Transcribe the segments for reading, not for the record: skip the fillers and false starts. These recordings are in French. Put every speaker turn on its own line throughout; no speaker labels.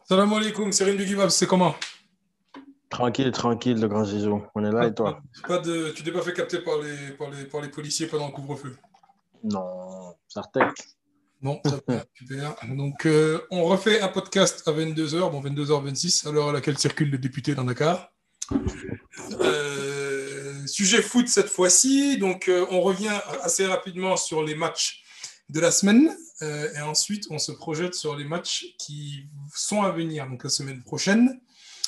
Salam alaikum, c'est Rim Bigibab, c'est comment?
Tranquille, tranquille, le grand Zizou. On est là et toi?
Tu t'es pas fait capter par les policiers pendant le couvre-feu?
Non, certain.
Non, très bien, super. Donc, on refait un podcast à 22h, bon, 22h26, à l'heure à laquelle circulent les députés dans Dakar. Sujet foot cette fois-ci, donc on revient assez rapidement sur les matchs de la semaine, et ensuite on se projette sur les matchs qui sont à venir, donc la semaine prochaine.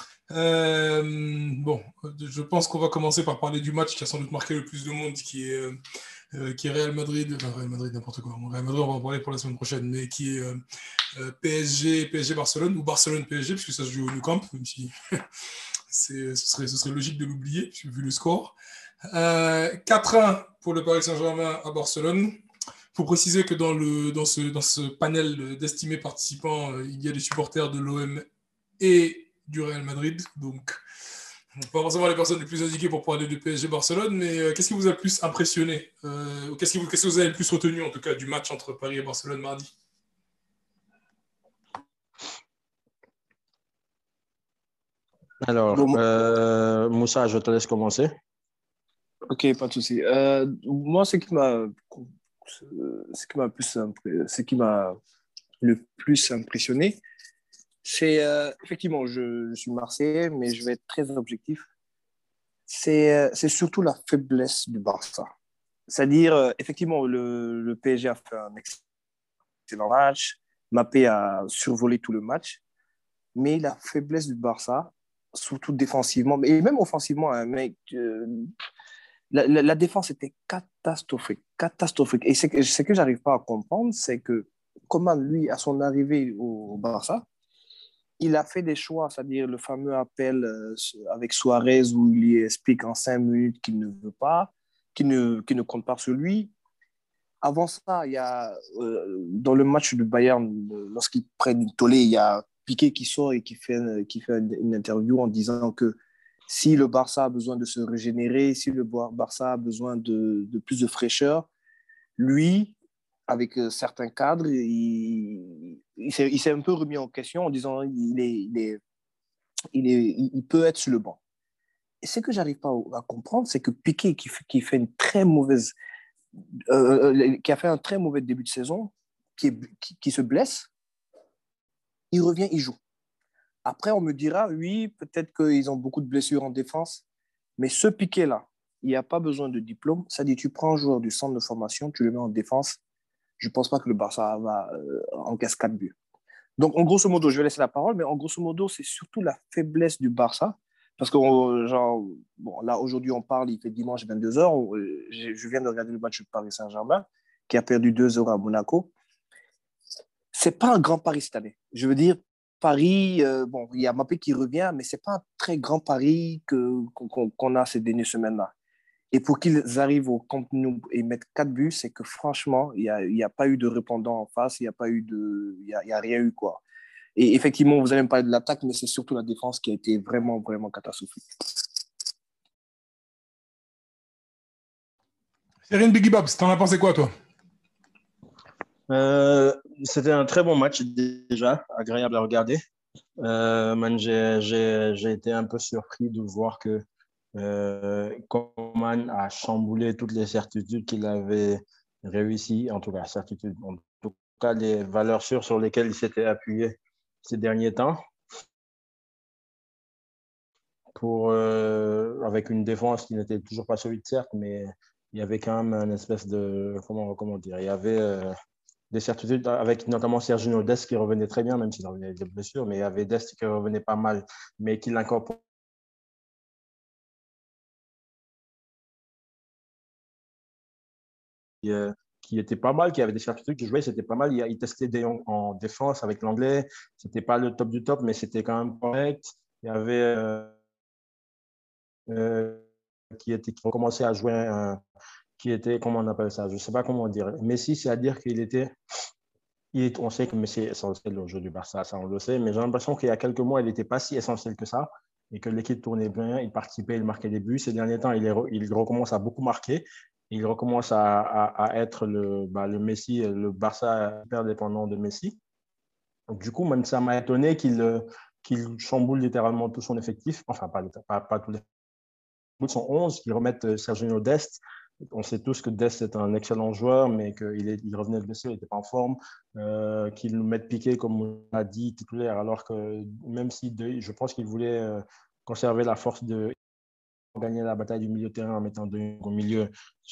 Bon, je pense qu'on va commencer par parler du match qui a sans doute marqué le plus de monde, qui est Real Madrid, enfin Real Madrid n'importe quoi. Bon, Real Madrid, on va en parler pour la semaine prochaine, mais qui est PSG Barcelone ou Barcelone PSG, puisque ça se joue au Nou Camp, même si ce serait logique de l'oublier vu le score. 4-1 pour le Paris Saint-Germain à Barcelone. Il faut préciser que dans ce panel d'estimés participants, il y a des supporters de l'OM et du Real Madrid. Donc, pas forcément les personnes les plus indiquées pour parler du PSG Barcelone, mais qu'est-ce qui vous a le plus impressionné, qu'est-ce que vous avez le plus retenu, en tout cas, du match entre Paris et Barcelone mardi?
Alors,
Bon,
Moussa, je te laisse commencer.
ok, pas de souci. Moi, ce qui m'a le plus impressionné, c'est effectivement, je suis Marseillais, mais je vais être très objectif. C'est surtout la faiblesse du Barça. C'est-à-dire, effectivement, le PSG a fait un excellent match. Mbappé a survolé tout le match, mais la faiblesse du Barça, surtout défensivement, et même offensivement, un mec. La défense était catastrophique, catastrophique. Et ce que j'arrive pas à comprendre, c'est que comment lui, à son arrivée au Barça, il a fait des choix, c'est-à-dire le fameux appel avec Suarez où il lui explique en 5 minutes qu'il ne veut pas, qu'il ne compte pas sur lui. Avant ça, il y a dans le match du Bayern, lorsqu'ils prennent une tollée, il y a Piqué qui sort et qui fait une interview en disant que si le Barça a besoin de se régénérer, si le Barça a besoin de plus de fraîcheur, lui, avec certains cadres, il s'est un peu remis en question en disant il peut être sur le banc. Et ce que j'arrive pas à comprendre, c'est que Piqué, qui fait une très mauvaise, qui a fait un très mauvais début de saison, qui se blesse, il revient, il joue. Après, on me dira, oui, peut-être qu'ils ont beaucoup de blessures en défense, mais ce Piqué-là, il n'y a pas besoin de diplôme. Ça dit, tu prends un joueur du centre de formation, tu le mets en défense. Je ne pense pas que le Barça va encaisse 4 buts. Donc, en grosso modo, je vais laisser la parole, mais en grosso modo, c'est surtout la faiblesse du Barça. Parce que, genre, bon, là, aujourd'hui, on parle, il fait dimanche 22h. Je viens de regarder le match de Paris Saint-Germain, qui a perdu 2-0 à Monaco. C'est pas un grand pari cette année. Je veux dire, Paris, bon, il y a Mbappé qui revient, mais c'est pas un très grand pari qu'on a ces dernières semaines-là. Et pour qu'ils arrivent au Camp Nou et mettent 4 buts, c'est que franchement, il y a pas eu de répondant en face, il y a rien eu, quoi. Et effectivement, vous allez me parler de l'attaque, mais c'est surtout la défense qui a été vraiment, vraiment catastrophique.
Cyril Biggie Babs, t'en as pensé quoi, toi?
Euh, C'était un très bon match déjà, agréable à regarder. J'ai été un peu surpris de voir que Coman a chamboulé toutes les certitudes qu'il avait réussi, en tout cas, certitudes, en tout cas, les valeurs sûres sur lesquelles il s'était appuyé ces derniers temps. Avec une défense qui n'était toujours pas solide, certes, mais il y avait quand même une espèce de, comment dire, il y avait des certitudes avec notamment Sergio Dest qui revenait très bien, même s'il avait des blessures, mais il y avait Dest qui revenait pas mal, mais qui l'incorporait, qui était pas mal, qui avait des certitudes, qui jouait, c'était pas mal. Il testait en défense avec l'anglais, c'était pas le top du top, mais c'était quand même correct. Il y avait euh, qui recommençait à jouer qui était, comment on appelle ça, je ne sais pas comment dire. Messi, c'est à dire on sait que Messi est essentiel au jeu du Barça, ça on le sait, mais j'ai l'impression qu'il y a quelques mois, il n'était pas si essentiel que ça et que l'équipe tournait bien, il participait, il marquait des buts. Ces derniers temps, il recommence à beaucoup marquer. Il recommence à être le Messi, le Barça hyper dépendant de Messi. Du coup, même ça m'a étonné qu'il chamboule littéralement tout son effectif, enfin pas tout l'effectif, son 11, qu'ils remettent Sergiño Dest. On sait tous que Dest est un excellent joueur, mais qu'il revenait de blessure, il n'était pas en forme. Qu'ils nous mettent Piqué, comme on a dit, titulaire, alors que même si je pense qu'il voulait conserver la force de gagner la bataille du milieu de terrain en mettant De Jong au milieu,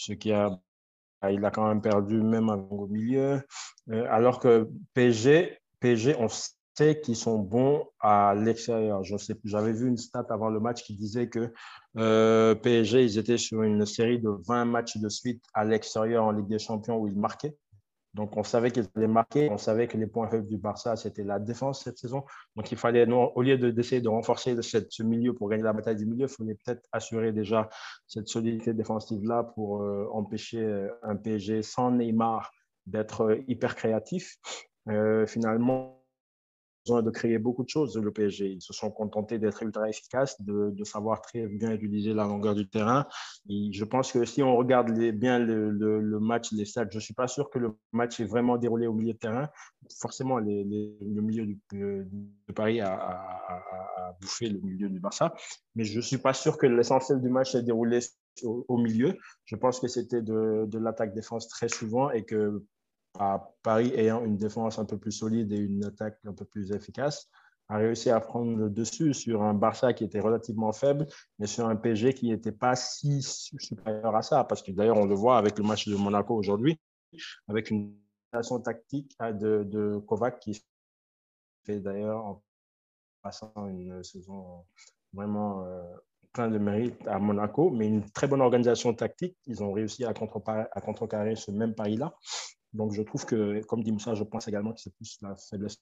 il a quand même perdu même au milieu. Alors que PSG, on sait qu'ils sont bons à l'extérieur. J'avais vu une stat avant le match qui disait que PSG, ils étaient sur une série de 20 matchs de suite à l'extérieur en Ligue des Champions où ils marquaient. Donc, on savait qu'ils allaient marquer. On savait que les points faibles du Barça, c'était la défense cette saison. Donc, il fallait, au lieu d'essayer de renforcer ce milieu pour gagner la bataille du milieu, il fallait peut-être assurer déjà cette solidité défensive-là pour empêcher un PSG sans Neymar d'être hyper créatif. Finalement, besoin de créer beaucoup de choses, le PSG. Ils se sont contentés d'être ultra efficaces, de savoir très bien utiliser la longueur du terrain. Et je pense que si on regarde bien le match, les stats, je ne suis pas sûr que le match est vraiment déroulé au milieu de terrain. Forcément, le milieu de Paris a bouffé le milieu du Barça, mais je ne suis pas sûr que l'essentiel du match s'est déroulé au milieu. Je pense que c'était de l'attaque-défense très souvent et que à Paris ayant une défense un peu plus solide et une attaque un peu plus efficace, a réussi à prendre le dessus sur un Barça qui était relativement faible, mais sur un PSG qui n'était pas si supérieur à ça. Parce que d'ailleurs, on le voit avec le match de Monaco aujourd'hui, avec une façon tactique de Kovac qui fait d'ailleurs en passant une saison vraiment plein de mérite à Monaco, mais une très bonne organisation tactique. Ils ont réussi à contrecarrer ce même Paris-là. Donc, je trouve que, comme dit Moussa, je pense également que c'est plus la faiblesse.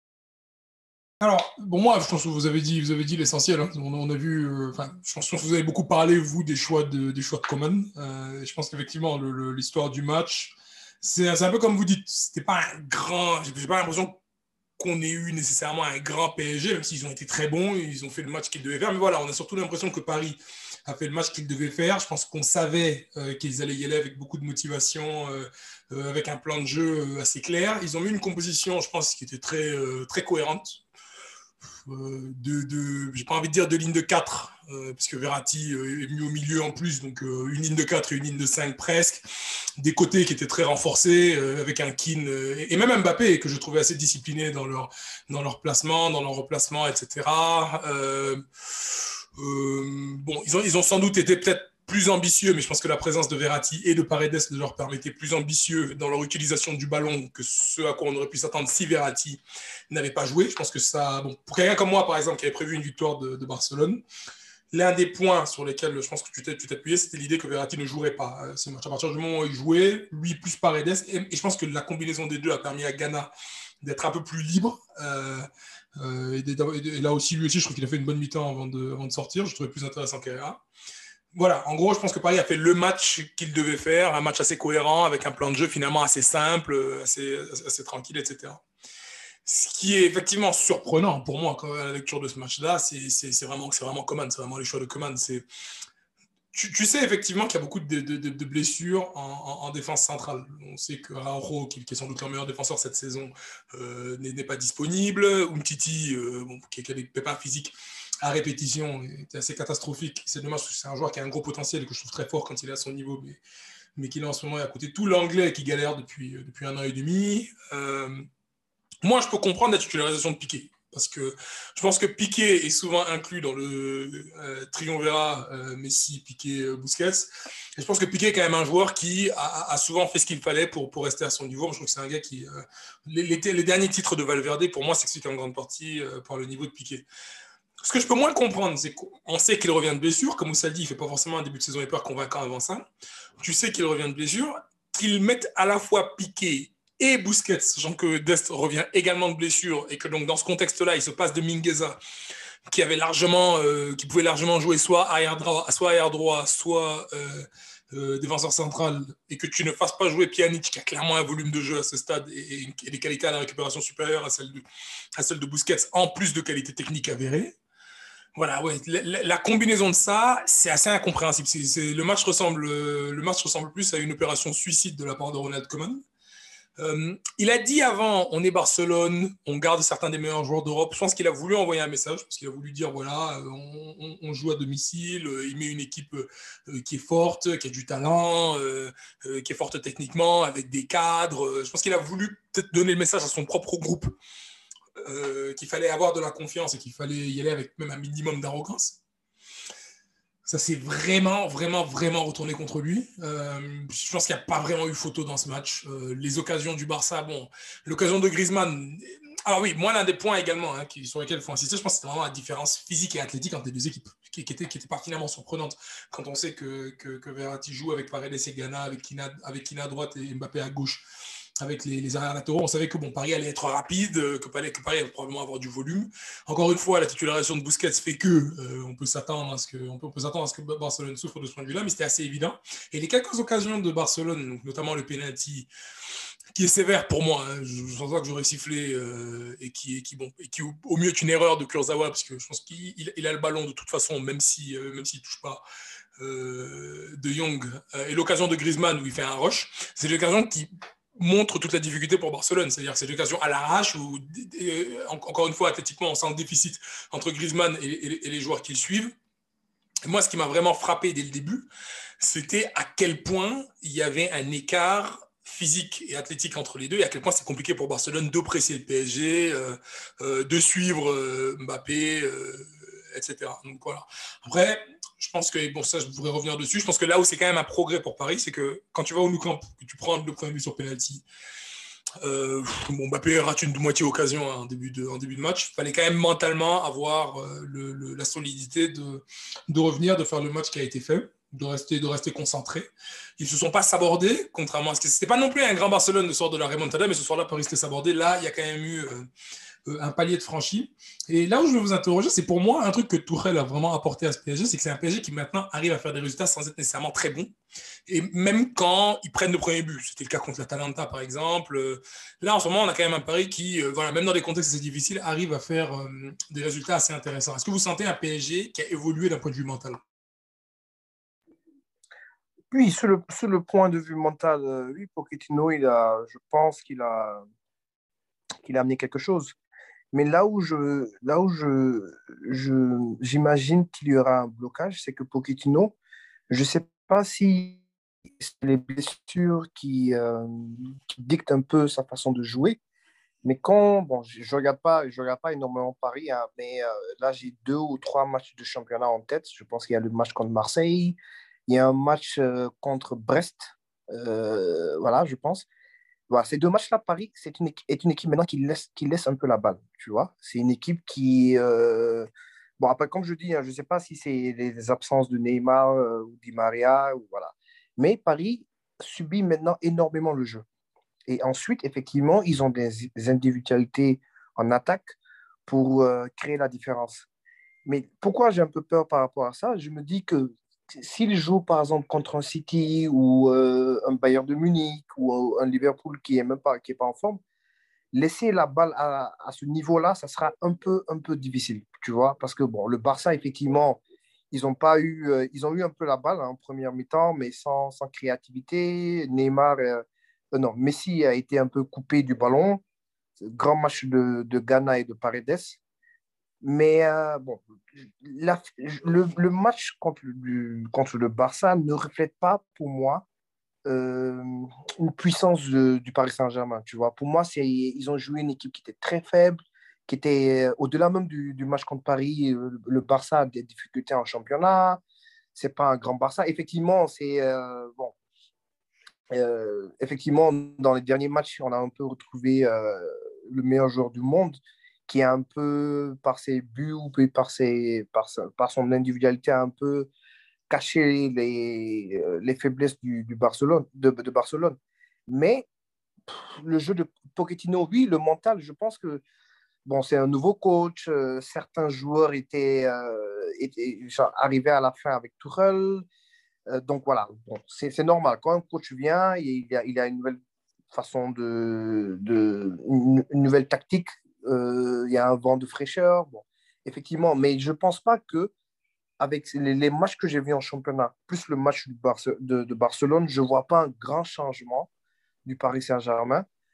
Alors, bon, moi, je pense que vous avez dit l'essentiel. Hein. On a vu, je pense que vous avez beaucoup parlé, vous, des choix de Coman. Je pense qu'effectivement, l'histoire du match, c'est un peu comme vous dites, c'était pas un grand. J'ai pas l'impression qu'on ait eu nécessairement un grand PSG, même s'ils ont été très bons, ils ont fait le match qu'ils devaient faire. Mais voilà, on a surtout l'impression que Paris a fait le match qu'ils devaient faire. Je pense qu'on savait qu'ils allaient y aller avec beaucoup de motivation, avec un plan de jeu assez clair. Ils ont mis une composition, je pense, qui était très cohérente. J'ai pas envie de dire de ligne de 4, parce que Verratti est mis au milieu en plus, donc une ligne de 4 et une ligne de 5 presque. Des côtés qui étaient très renforcés, avec un Keane et même Mbappé, que je trouvais assez discipliné dans leur placement, dans leur replacement, etc. Bon, ils ont sans doute été peut-être plus ambitieux, mais je pense que la présence de Verratti et de Paredes leur permettait plus ambitieux dans leur utilisation du ballon que ce à quoi on aurait pu s'attendre si Verratti n'avait pas joué. Je pense que ça, bon, pour quelqu'un comme moi, par exemple, qui avait prévu une victoire de Barcelone, l'un des points sur lesquels je pense que tu t'appuyais, c'était l'idée que Verratti ne jouerait pas ce match. À partir du moment où il jouait, lui plus Paredes, et je pense que la combinaison des deux a permis à Ghana d'être un peu plus libre. Et là aussi, lui aussi, je trouve qu'il a fait une bonne mi-temps avant de sortir. Je trouvais plus intéressant qu'Herrera. Voilà, en gros, je pense que Paris a fait le match qu'il devait faire, un match assez cohérent, avec un plan de jeu finalement assez simple, assez tranquille, etc. Ce qui est effectivement surprenant pour moi à la lecture de ce match-là, c'est vraiment Coman, c'est vraiment les choix de Coman. Tu sais effectivement qu'il y a beaucoup de blessures en défense centrale. On sait que Araujo, qui est sans doute le meilleur défenseur cette saison, n'est pas disponible. Umtiti, qui a des pépins physiques à répétition, est assez catastrophique. C'est dommage parce que c'est un joueur qui a un gros potentiel et que je trouve très fort quand il est à son niveau, mais qui là en ce moment est à côté de tout l'anglais qui galère depuis 1 an et demi. Moi, je peux comprendre la titularisation de Piqué. Parce que je pense que Piqué est souvent inclus dans le triumvirat Messi, Piqué, Busquets. Et je pense que Piqué est quand même un joueur qui a souvent fait ce qu'il fallait pour rester à son niveau. Je trouve que c'est un gars qui... les derniers titres de Valverde, pour moi, s'expliquent en grande partie par le niveau de Piqué. Ce que je peux moins comprendre, c'est qu'on sait qu'il revient de blessure. Comme Moussa dit, il ne fait pas forcément un début de saison hyper convaincant avant ça. Tu sais qu'il revient de blessure. Qu'ils mettent à la fois Piqué et Busquets, sachant que Dest revient également de blessure et que donc dans ce contexte-là, il se passe de Mingueza, qui pouvait largement jouer soit arrière droit, soit défenseur central, et que tu ne fasses pas jouer Pjanic, qui a clairement un volume de jeu à ce stade et des qualités à la récupération supérieures à celle de Busquets, en plus de qualités techniques avérées. Voilà, ouais, la combinaison de ça, c'est assez incompréhensible. Le match ressemble plus à une opération suicide de la part de Ronald Koeman. Il a dit avant, on est Barcelone, on garde certains des meilleurs joueurs d'Europe. Je pense qu'il a voulu envoyer un message, parce qu'il a voulu dire, voilà, on joue à domicile, il met une équipe qui est forte, qui a du talent, qui est forte techniquement, avec des cadres. Je pense qu'il a voulu peut-être donner le message à son propre groupe, qu'il fallait avoir de la confiance et qu'il fallait y aller avec même un minimum d'arrogance. Ça s'est vraiment, vraiment, vraiment retourné contre lui. Je pense qu'il n'y a pas vraiment eu photo dans ce match. Les occasions du Barça, bon, l'occasion de Griezmann. Alors oui, moi, l'un des points également sur lesquels il faut insister, je pense que c'est vraiment la différence physique et athlétique entre les deux équipes, qui était particulièrement surprenante. Quand on sait que Verratti joue avec Paredes et Ghana, avec Kina à droite et Mbappé à gauche, avec les arrières latéraux, on savait que Paris allait être rapide, que Paris allait probablement avoir du volume. Encore une fois, la titularisation de Busquets fait que on peut s'attendre à ce que Barcelone souffre de ce point de vue-là, mais c'était assez évident. Et les quelques occasions de Barcelone, donc notamment le penalty, qui est sévère pour moi, je pense pas que j'aurais sifflé, et qui au mieux est une erreur de Kurzawa, parce que je pense qu'il a le ballon de toute façon, même s'il touche pas De Jong, et l'occasion de Griezmann où il fait un rush, c'est l'occasion qui montre toute la difficulté pour Barcelone. C'est-à-dire que c'est une occasion à l'arrache où, encore une fois, athlétiquement, on sent le déficit entre Griezmann et les joueurs qui le suivent. Et moi, ce qui m'a vraiment frappé dès le début, c'était à quel point il y avait un écart physique et athlétique entre les deux, et à quel point c'est compliqué pour Barcelone de presser le PSG, de suivre Mbappé, etc. Donc voilà. Après, je pense que, bon, ça, je voudrais revenir dessus. Je pense que là où c'est quand même un progrès pour Paris, c'est que quand tu vas au Nou Camp, que tu prends le premier but sur penalty, Mbappé rate une moitié occasion en début de match. Il fallait quand même mentalement avoir la solidité de revenir, de faire le match qui a été fait, de rester concentré. Ils ne se sont pas sabordés, contrairement à ce que c'était pas non plus un grand Barcelone le soir de la remontada, mais ce soir-là, Paris s'était sabordé. Là, il y a quand même eu un palier de franchi. Et là où je vais vous interroger, c'est pour moi un truc que Tourelle a vraiment apporté à ce PSG, c'est que c'est un PSG qui maintenant arrive à faire des résultats sans être nécessairement très bon. Et même quand ils prennent le premier but, c'était le cas contre l'Atalanta par exemple. Là en ce moment, on a quand même un Paris qui, voilà, même dans des contextes assez difficiles, arrive à faire des résultats assez intéressants. Est-ce que vous sentez un PSG qui a évolué d'un point de vue mental?
Oui, sur le point de vue mental, oui, Pochettino, je pense qu'il a amené quelque chose. Mais j'imagine qu'il y aura un blocage, c'est que Pochettino, je ne sais pas si c'est les blessures qui dictent un peu sa façon de jouer. Mais bon, je regarde pas énormément Paris, hein, mais là, j'ai 2 ou 3 matchs de championnat en tête. Je pense qu'il y a le match contre Marseille, il y a un match contre Brest, voilà, je pense. Voilà, ces 2 matchs-là, Paris, est une équipe maintenant qui laisse un peu la balle, tu vois. C'est une équipe qui... Bon, après, comme je dis, hein, je ne sais pas si c'est les absences de Neymar ou Di Maria, ou voilà. Mais Paris subit maintenant énormément le jeu. Et ensuite, effectivement, ils ont des individualités en attaque pour créer la différence. Mais pourquoi j'ai un peu peur par rapport à ça? Je me dis que s'ils jouent, par exemple, contre un City ou un Bayern de Munich ou un Liverpool qui est pas en forme, laisser la balle à ce niveau-là, ça sera un peu difficile, tu vois, parce que bon, le Barça, effectivement, ils ont eu un peu la balle, hein, en première mi-temps, mais sans créativité. Neymar, non, Messi a été un peu coupé du ballon. Grand match de Ghana et de Paredes. Mais bon, le match contre le Barça ne reflète pas pour moi euh, une puissance du Paris Saint-Germain. Tu vois, pour moi, ils ont joué une équipe qui était très faible, qui était au-delà même du match contre Paris. Le Barça a des difficultés en championnat. C'est pas un grand Barça. Effectivement, c'est bon. Effectivement, dans les derniers matchs, on a un peu retrouvé le meilleur joueur du monde, qui est un peu, par ses buts ou par son individualité, un peu caché les faiblesses du Barcelone, de Barcelone. Mais le jeu de Pochettino, oui, le mental, je pense que bon, c'est un nouveau coach. Certains joueurs arrivaient à la fin avec Tuchel. Donc voilà, bon, c'est normal. Quand un coach vient, il a une nouvelle façon une nouvelle tactique. Il y a un vent de fraîcheur. Bon, effectivement, mais je ne pense pas que avec les matchs que j'ai vus en championnat, plus le match de Barcelone, je ne vois pas un grand changement du Paris Saint-Germain.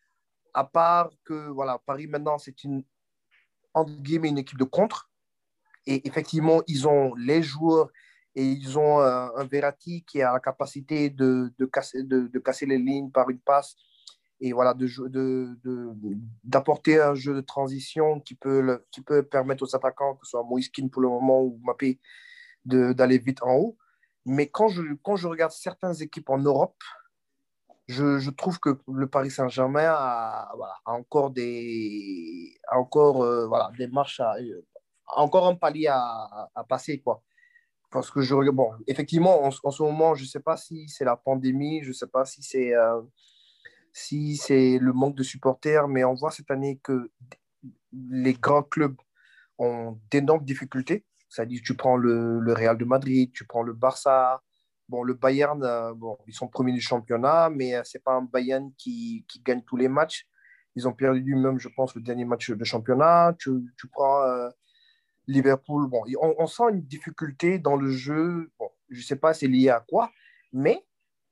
à part que voilà, Paris maintenant, c'est entre guillemets, une équipe de contre. Et effectivement, ils ont les joueurs et ils ont un Verratti qui a la capacité de casser les lignes par une passe et voilà, d'apporter un jeu de transition qui peut permettre aux attaquants, que ce soit Moïse Kean pour le moment ou Mbappé, d'aller vite en haut. Mais quand je regarde certaines équipes en Europe, je trouve que le Paris Saint-Germain voilà, a encore voilà, des marches a encore un palier à passer, quoi. Parce que bon, effectivement, en ce moment, je ne sais pas si c'est la pandémie, je ne sais pas si c'est le manque de supporters, mais on voit cette année que les grands clubs ont d'énormes difficultés. C'est-à-dire, tu prends le Real de Madrid, tu prends le Barça. Bon, le Bayern, bon, ils sont premiers du championnat, mais ce n'est pas un Bayern qui gagne tous les matchs. Ils ont perdu même, je pense, le dernier match de championnat. Tu prends Liverpool. Bon, on sent une difficulté dans le jeu. Bon, je ne sais pas c'est lié à quoi, mais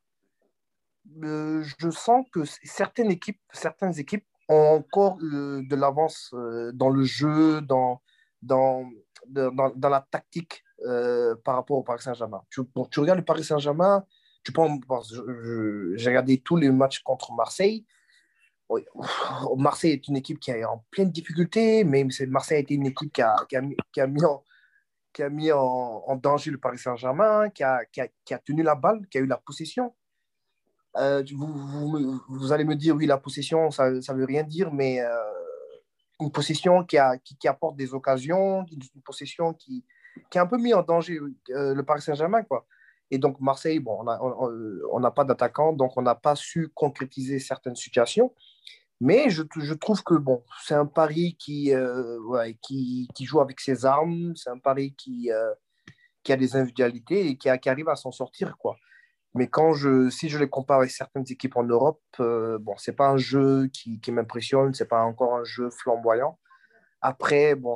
je sens que certaines équipes ont encore de l'avance dans le jeu, dans, dans la tactique par rapport au Paris Saint-Germain. Bon, tu regardes le Paris Saint-Germain, bon, j'ai regardé tous les matchs contre Marseille. Oui, Marseille est une équipe qui est en pleine difficulté, mais Marseille a été une équipe qui a mis en danger le Paris Saint-Germain, qui a tenu la balle, qui a eu la possession. Vous allez me dire, oui, la possession, ça ne veut rien dire, mais une possession qui apporte des occasions, une possession qui a un peu mis en danger le Paris Saint-Germain, quoi. Et donc, Marseille, bon, on n'a pas d'attaquant, donc on n'a pas su concrétiser certaines situations. Mais je trouve que bon, c'est un pari ouais, qui joue avec ses armes, c'est un pari qui a des individualités et qui arrive à s'en sortir, quoi. Mais si je les compare avec certaines équipes en Europe, bon, c'est pas un jeu qui m'impressionne, c'est pas encore un jeu flamboyant. Après, bon,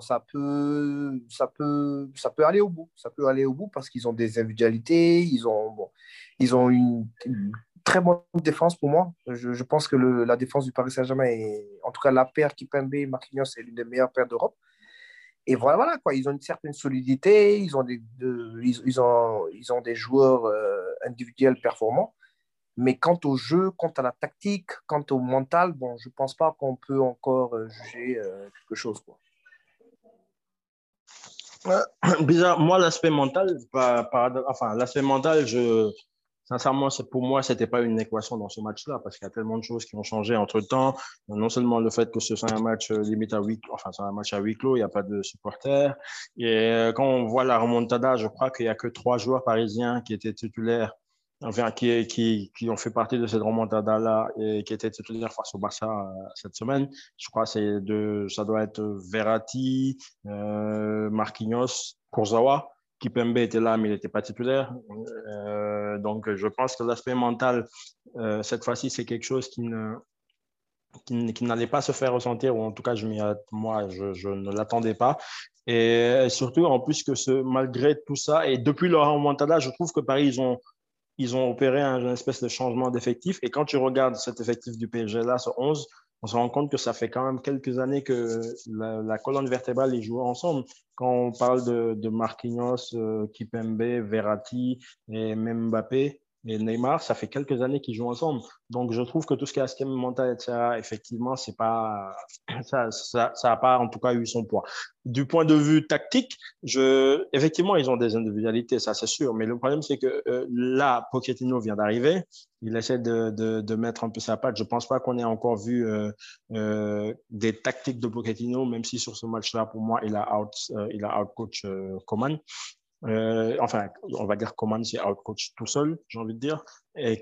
ça peut aller au bout. Ça peut aller au bout parce qu'ils ont des individualités, bon, ils ont une très bonne défense pour moi. Je pense que la défense du Paris Saint-Germain est, en tout cas, la paire Kimpembe et Marquinhos est l'une des meilleures paires d'Europe. Et voilà, quoi. Ils ont une certaine solidité, ils ont des joueurs individuels performants. Mais quant au jeu, quant à la tactique, quant au mental, bon, je ne pense pas qu'on peut encore juger quelque chose, quoi.
Bizarre, moi, l'aspect mental, enfin, l'aspect mental, sincèrement, pour moi, c'était pas une équation dans ce match-là parce qu'il y a tellement de choses qui ont changé entre-temps. Non seulement le fait que ce soit un match limite enfin, c'est un match à huis clos, il n'y a pas de supporters. Et quand on voit la remontada, je crois qu'il y a que 3 joueurs parisiens qui étaient titulaires, enfin, qui ont fait partie de cette remontada-là et qui étaient titulaires face au Barça cette semaine. Je crois que ça doit être Verratti, Marquinhos, Kurzawa. Kimpembe était là, mais il n'était pas titulaire. Donc, je pense que l'aspect mental, cette fois-ci, c'est quelque chose qui n'allait pas se faire ressentir, ou en tout cas, moi, je ne l'attendais pas. Et surtout, en plus que malgré tout ça, et depuis leur remontada, je trouve que Paris, ils ont opéré une espèce de changement d'effectif. Et quand tu regardes cet effectif du PSG-là, ce 11, on se rend compte que ça fait quand même quelques années que la colonne vertébrale les joue ensemble. Quand on parle de Marquinhos, Kimpembe, Verratti et même Mbappé et Neymar, ça fait quelques années qu'ils jouent ensemble. Donc, je trouve que tout ce qui est aspect mental, etc., effectivement, c'est pas, ça a pas, en tout cas, eu son poids. Du point de vue tactique, effectivement, ils ont des individualités, ça, c'est sûr. Mais le problème, c'est que là, Pochettino vient d'arriver. Il essaie de mettre un peu sa patte. Je ne pense pas qu'on ait encore vu des tactiques de Pochettino, même si sur ce match-là, pour moi, il a outcoach Coman. Enfin, on va dire Coman, c'est outcoach tout seul, j'ai envie de dire. Et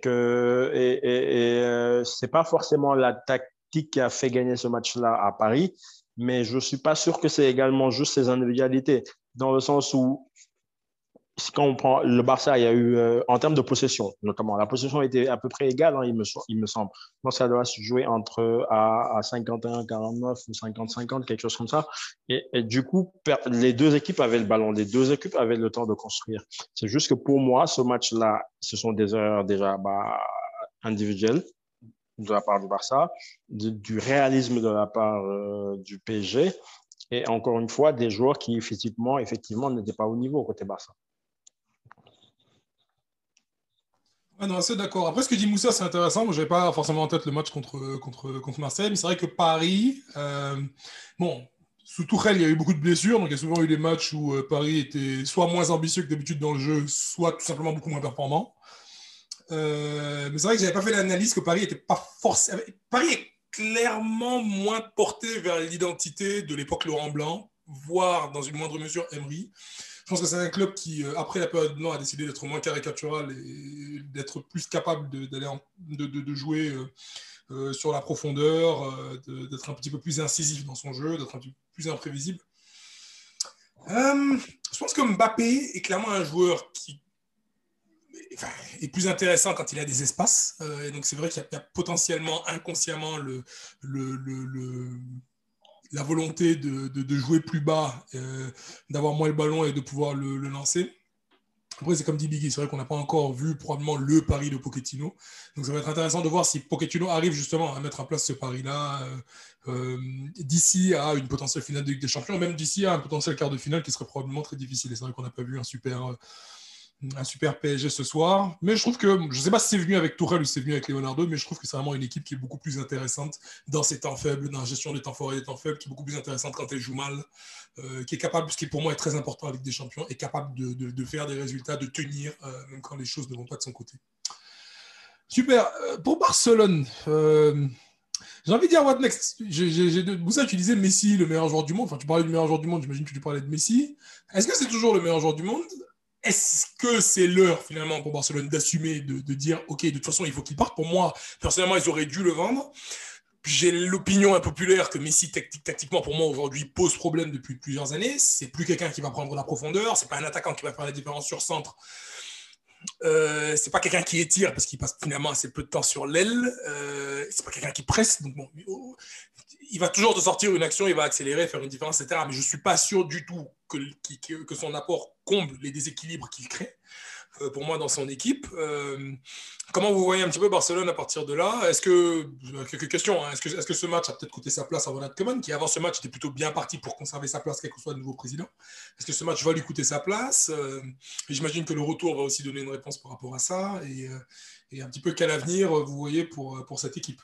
c'est pas forcément la tactique qui a fait gagner ce match-là à Paris, mais je suis pas sûr que c'est également juste ses individualités, dans le sens où quand on prend le Barça, il y a eu, en termes de possession, notamment, la possession était à peu près égale, hein, il me semble. Donc, ça doit se jouer à 51-49 ou 50-50, quelque chose comme ça. Et du coup, les deux équipes avaient le ballon, les deux équipes avaient le temps de construire. C'est juste que pour moi, ce match-là, ce sont des erreurs déjà individuelles. de la part du Barça, du réalisme de la part du PSG, et encore une fois, des joueurs qui physiquement, effectivement, n'étaient pas au niveau côté Barça.
Ah non, assez d'accord. Après, ce que dit Moussa, c'est intéressant. Moi, je n'avais pas forcément en tête le match contre Marseille, mais c'est vrai que Paris, bon, sous Tourelle, il y a eu beaucoup de blessures, donc il y a souvent eu des matchs où Paris était soit moins ambitieux que d'habitude dans le jeu, soit tout simplement beaucoup moins performant. Mais c'est vrai que je n'avais pas fait l'analyse que Paris était pas forcément. Paris est clairement moins porté vers l'identité de l'époque Laurent Blanc, voire dans une moindre mesure Emery. Je pense que c'est un club qui, après la période Blanc, a décidé d'être moins caricatural et d'être plus capable de jouer sur la profondeur, d'être un petit peu plus incisif dans son jeu, d'être un petit peu plus imprévisible. Je pense que Mbappé est clairement un joueur qui est plus intéressant quand il a des espaces. Et donc c'est vrai qu'il y a potentiellement, inconsciemment, la volonté de jouer plus bas, d'avoir moins le ballon et de pouvoir le lancer. Après, c'est comme dit Biggie, c'est vrai qu'on n'a pas encore vu probablement le pari de Pochettino. Donc ça va être intéressant de voir si Pochettino arrive justement à mettre en place ce pari-là d'ici à une potentielle finale de Ligue des Champions, même d'ici à un potentiel quart de finale qui serait probablement très difficile. Et c'est vrai qu'on n'a pas vu un super PSG ce soir. Mais je trouve que, je ne sais pas si c'est venu avec Tourelle ou si c'est venu avec Leonardo, mais je trouve que c'est vraiment une équipe qui est beaucoup plus intéressante dans ses temps faibles, dans la gestion des temps forts et des temps faibles, qui est beaucoup plus intéressante quand elle joue mal, qui est capable, ce qui pour moi est très important avec des champions, est capable de faire des résultats, de tenir, même quand les choses ne vont pas de son côté. Super. Pour Barcelone, j'ai envie de dire what next. Moussa, tu disais Messi, le meilleur joueur du monde. Enfin, tu parlais du meilleur joueur du monde, j'imagine que tu parlais de Messi. Est-ce que c'est toujours le meilleur joueur du monde ? Est-ce que c'est l'heure finalement pour Barcelone d'assumer, de dire ok, de toute façon il faut qu'il parte? Pour moi, personnellement, ils auraient dû le vendre. J'ai l'opinion impopulaire que Messi, tactiquement, pour moi, aujourd'hui, pose problème depuis plusieurs années. C'est plus quelqu'un qui va prendre la profondeur. C'est pas un attaquant qui va faire la différence sur centre. C'est pas quelqu'un qui étire parce qu'il passe finalement assez peu de temps sur l'aile. C'est pas quelqu'un qui presse. Donc bon, il va toujours te sortir une action, il va accélérer, faire une différence, etc. Mais je suis pas sûr du tout que son apport comble les déséquilibres qu'il crée. Pour moi dans son équipe. Comment vous voyez un petit peu Barcelone à partir de là? Est-ce que, quelques questions, hein. Est-ce que ce match a peut-être coûté sa place à Ronald Koeman, qui avant ce match était plutôt bien parti pour conserver sa place, quel que soit le nouveau président? Est-ce que ce match va lui coûter sa place? Et j'imagine que le retour va aussi donner une réponse par rapport à ça. Et un petit peu quel avenir vous voyez pour cette équipe?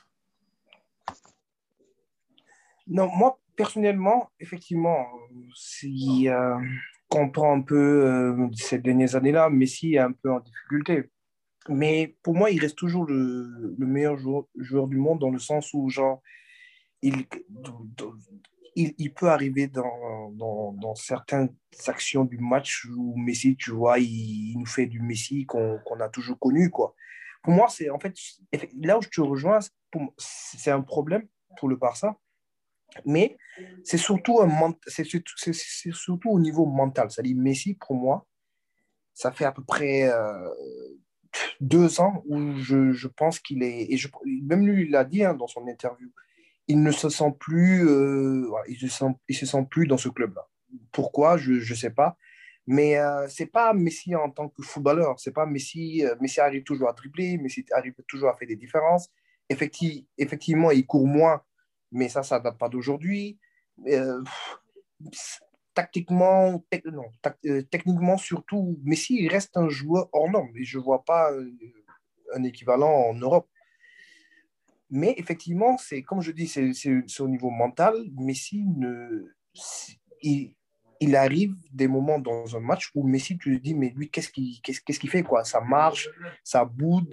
Non, moi, personnellement, effectivement, si on prend un peu ces dernières années-là, Messi est un peu en difficulté. Mais pour moi, il reste toujours le meilleur joueur du monde dans le sens où, genre, il, il peut arriver dans certaines actions du match où Messi, tu vois, il nous fait du Messi qu'on a toujours connu, quoi. Pour moi, c'est en fait, là où je te rejoins, c'est un problème pour le Barça, mais c'est surtout, c'est surtout au niveau mental. C'est-à-dire, Messi, pour moi, ça fait à peu près 2 ans où je pense qu'il est, même lui, il l'a dit hein, dans son interview, il ne se sent plus, voilà, il se sent plus dans ce club-là. Pourquoi? Je ne sais pas. Mais c'est pas Messi en tant que footballeur. C'est pas Messi. Messi arrive toujours à dribbler. Messi arrive toujours à faire des différences. Effectivement, il court moins, mais ça date pas d'aujourd'hui. Euh, Tactiquement, non, techniquement surtout, Messi il reste un joueur hors norme. Et je vois pas un équivalent en Europe. Mais effectivement, c'est comme je dis, c'est au niveau mental. Messi, il, il arrive des moments dans un match où Messi, tu te dis, mais lui, qu'est-ce qu'il fait, quoi? Ça marche, ça boude,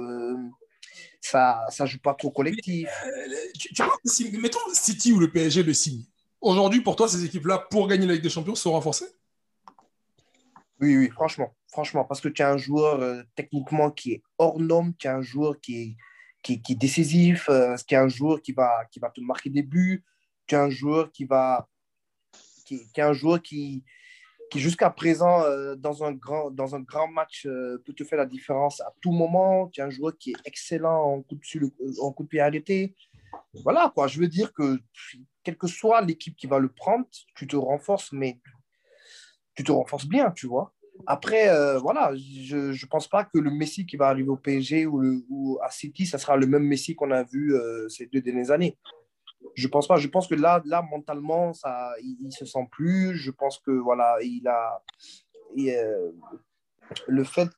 ça joue pas trop collectif.
Mettons City ou le PSG le signe. Aujourd'hui, pour toi, ces équipes-là, pour gagner la Ligue des Champions, sont renforcées?
Oui, oui, franchement, parce que tu as un joueur techniquement qui est hors norme, tu as un joueur qui est décisif, tu as un joueur qui va te marquer des buts, tu as un joueur qui est un joueur qui jusqu'à présent, dans un grand match, peut te faire la différence à tout moment. Tu as un joueur qui est excellent en coup de pied arrêté. Voilà, quoi. Je veux dire que, quelle que soit l'équipe qui va le prendre, tu te renforces, mais tu te renforces bien, tu vois. Après, voilà, je ne pense pas que le Messi qui va arriver au PSG ou à City, ça sera le même Messi qu'on a vu ces 2 dernières années. Je pense pas. Je pense que là mentalement, il se sent plus. Je pense que voilà, il, le fait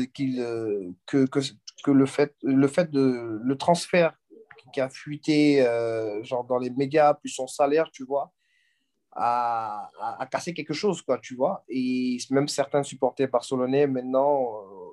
que le fait de le transfert qui a fuité genre dans les médias plus son salaire, tu vois, a cassé quelque chose, quoi, tu vois. Et même certains supporters barcelonais maintenant,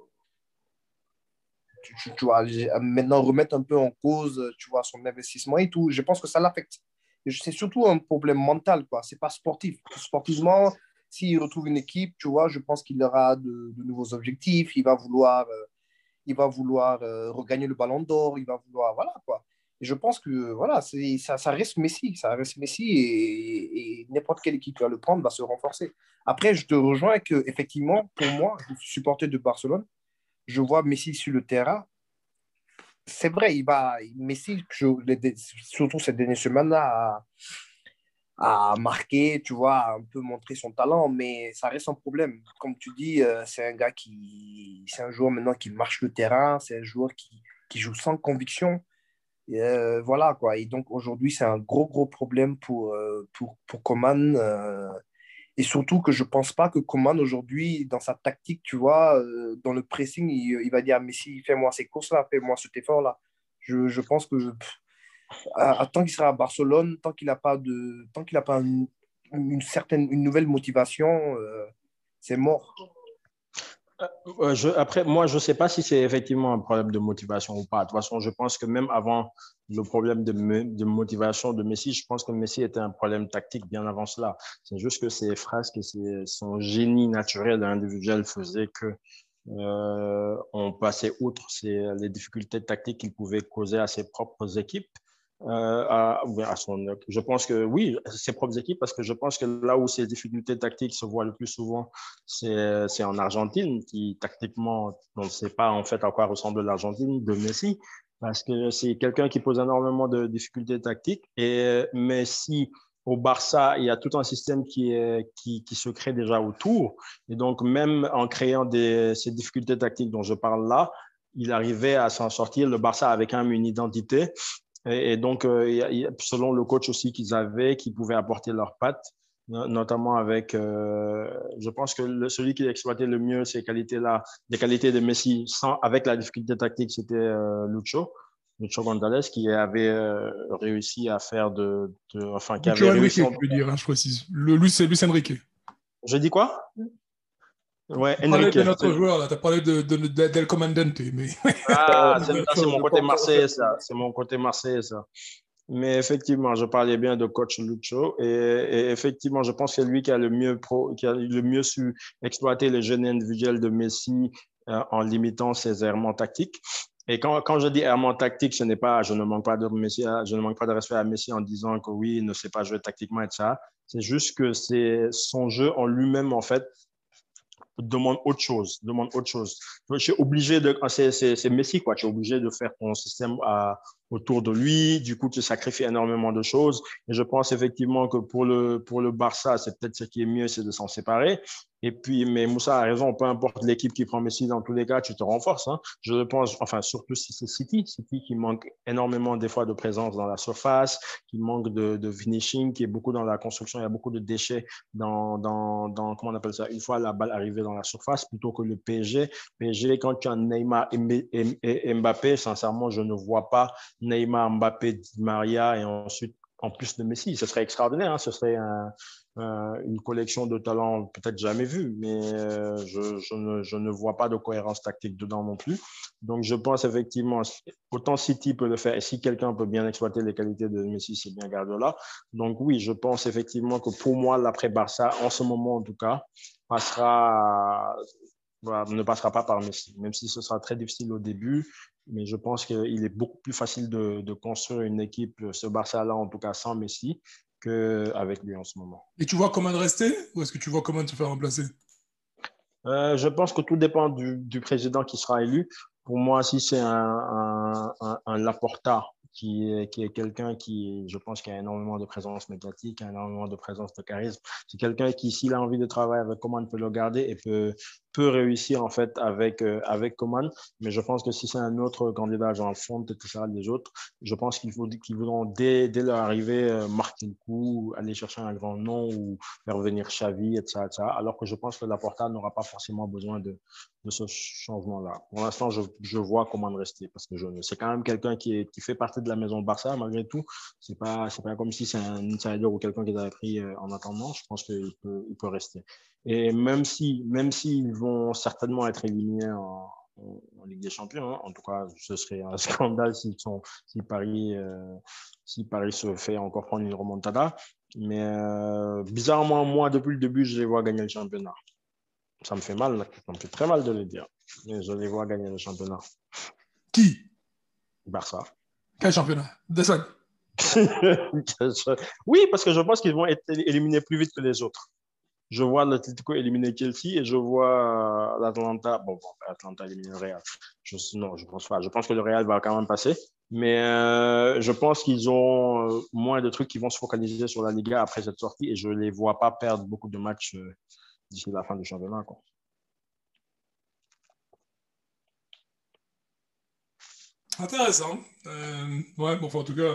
tu vois, maintenant remettent un peu en cause, tu vois, son investissement et tout. Je pense que ça l'affecte. C'est surtout un problème mental, quoi. C'est pas sportif. Sportivement, s'il retrouve une équipe, tu vois, je pense qu'il aura de nouveaux objectifs. Il va vouloir regagner le ballon d'or. Il va vouloir, voilà, quoi. Et je pense que, voilà, ça reste Messi. Ça reste Messi et n'importe quelle équipe qui va le prendre va se renforcer. Après, je te rejoins que, effectivement, pour moi, je suis supporter de Barcelone. Je vois Messi sur le terrain. C'est vrai, Messi, surtout ces dernières semaines, a marqué, tu vois, a un peu montré son talent, mais ça reste un problème. Comme tu dis, c'est un joueur maintenant qui marche le terrain, c'est un joueur qui joue sans conviction. Voilà, quoi. Et donc, aujourd'hui, c'est un gros, gros problème pour Coman. Et surtout que je pense pas que Coman, aujourd'hui, dans sa tactique, tu vois, dans le pressing, il va dire à Messi, fais-moi ces courses-là, fais-moi cet effort-là. Je pense que tant qu'il sera à Barcelone, tant qu'il n'a pas une nouvelle motivation, c'est mort.
Après, moi, je ne sais pas si c'est effectivement un problème de motivation ou pas. De toute façon, je pense que même avant le problème de motivation de Messi, je pense que Messi était un problème tactique bien avant cela. C'est juste que ses frasques et son génie naturel et individuel faisaient que on passait outre les difficultés tactiques qu'il pouvait causer à ses propres équipes. Je pense que oui, ses propres équipes, parce que je pense que là où ces difficultés tactiques se voient le plus souvent, c'est en Argentine, qui tactiquement, on ne sait pas en fait à quoi ressemble l'Argentine de Messi, parce que c'est quelqu'un qui pose énormément de difficultés tactiques. Et Messi, au Barça, il y a tout un système qui se crée déjà autour. Et donc, même en créant ces difficultés tactiques dont je parle là, il arrivait à s'en sortir. Le Barça avait quand même une identité. Et donc, selon le coach aussi qu'ils avaient, qui pouvaient apporter leurs pattes, notamment avec, je pense que celui qui exploitait le mieux ces qualités-là, les qualités de Messi, avec la difficulté tactique, c'était Lucho González, qui avait réussi à faire enfin, qui
Lucho
avait
Enrique,
réussi.
tu veux dire, hein, je précise. C'est Luis Enrique.
Je dis quoi? Ouais,
Tu parlais
Enrique.
de notre joueur, là. Tu as parlé d'El Comandante, mais.
Ah, ça, c'est mon
Le
côté
porteur.
marseillais, ça. C'est mon côté marseillais, ça. Mais effectivement, je parlais bien de coach Lucho et effectivement, je pense que c'est lui qui a le mieux su exploiter le génie individuel de Messi en limitant ses errements tactiques. Et quand je dis errements tactiques, ce n'est pas, je ne manque pas de Messi, je ne manque pas de respect à Messi en disant que oui, il ne sait pas jouer tactiquement et ça. C'est juste que c'est son jeu en lui-même, en fait, demande autre chose, demande autre chose. Je suis obligé c'est Messi, quoi. Tu es obligé de faire ton système autour de lui. Du coup, tu sacrifies énormément de choses. Et je pense effectivement que pour le Barça, c'est peut-être ce qui est mieux, c'est de s'en séparer. Et puis, mais Moussa a raison, peu importe l'équipe qui prend Messi, dans tous les cas, tu te renforces. Hein. Je pense, enfin, surtout si c'est City qui manque énormément des fois de présence dans la surface, qui manque de finishing, qui est beaucoup dans la construction, il y a beaucoup de déchets comment on appelle ça, une fois la balle arrivée dans la surface, plutôt que le PSG. PSG, quand tu as Neymar et Mbappé, sincèrement, je ne vois pas Neymar, Mbappé, Di Maria et ensuite en plus de Messi. Ce serait extraordinaire, hein. Ce serait une collection de talents peut-être jamais vue, mais je ne vois pas de cohérence tactique dedans non plus. Donc, je pense effectivement, autant City peut le faire, et si quelqu'un peut bien exploiter les qualités de Messi, c'est bien Guardiola. Donc, oui, je pense effectivement que pour moi, l'après-Barça, en ce moment en tout cas, ne passera pas par Messi, même si ce sera très difficile au début. Mais je pense qu'il est beaucoup plus facile de construire une équipe, ce Barça-là, en tout cas sans Messi, qu'avec lui en ce moment.
Et tu vois Coman rester ou est-ce que tu vois Coman se faire remplacer?
Je pense que tout dépend du président qui sera élu. Pour moi, si c'est un Laporta qui est quelqu'un qui, je pense, qui a énormément de présence médiatique, qui a énormément de présence de charisme. C'est quelqu'un qui, s'il a envie de travailler avec Coman, peut le garder et peut réussir en fait avec Coman. Mais je pense que si c'est un autre candidat, genre Font et tout ça, les autres, je pense qu'ils voudront dès leur arrivée marquer le coup, aller chercher un grand nom ou faire venir Xavi, etc., etc. Alors que je pense que Laporta n'aura pas forcément besoin de ce changement-là. Pour l'instant, je vois Coman rester parce que c'est quand même quelqu'un qui fait partie de la maison Barça malgré tout. C'est pas comme si c'est un insider ou quelqu'un qu'ils avaient pris en attendant. Je pense qu'il peut rester. Et même s'ils vont certainement être éliminés en Ligue des Champions, hein, en tout cas, ce serait un scandale si Paris se fait encore prendre une remontada. Mais bizarrement, moi, depuis le début, je les vois gagner le championnat. Ça me fait mal, ça me fait très mal de le dire. Mais je les vois gagner le championnat.
Qui?
Barça.
Quel championnat? D'Espagne.
Oui, parce que je pense qu'ils vont être éliminés plus vite que les autres. Je vois l'Atlético éliminer Chelsea et je vois l'Atlanta. Bon, Atlanta éliminer le Real. Non, je pense pas. Je pense que le Real va quand même passer. Mais je pense qu'ils ont moins de trucs qui vont se focaliser sur la Liga après cette sortie et je ne les vois pas perdre beaucoup de matchs d'ici la fin du championnat, quoi.
Intéressant. Ouais, bon, enfin, en tout cas,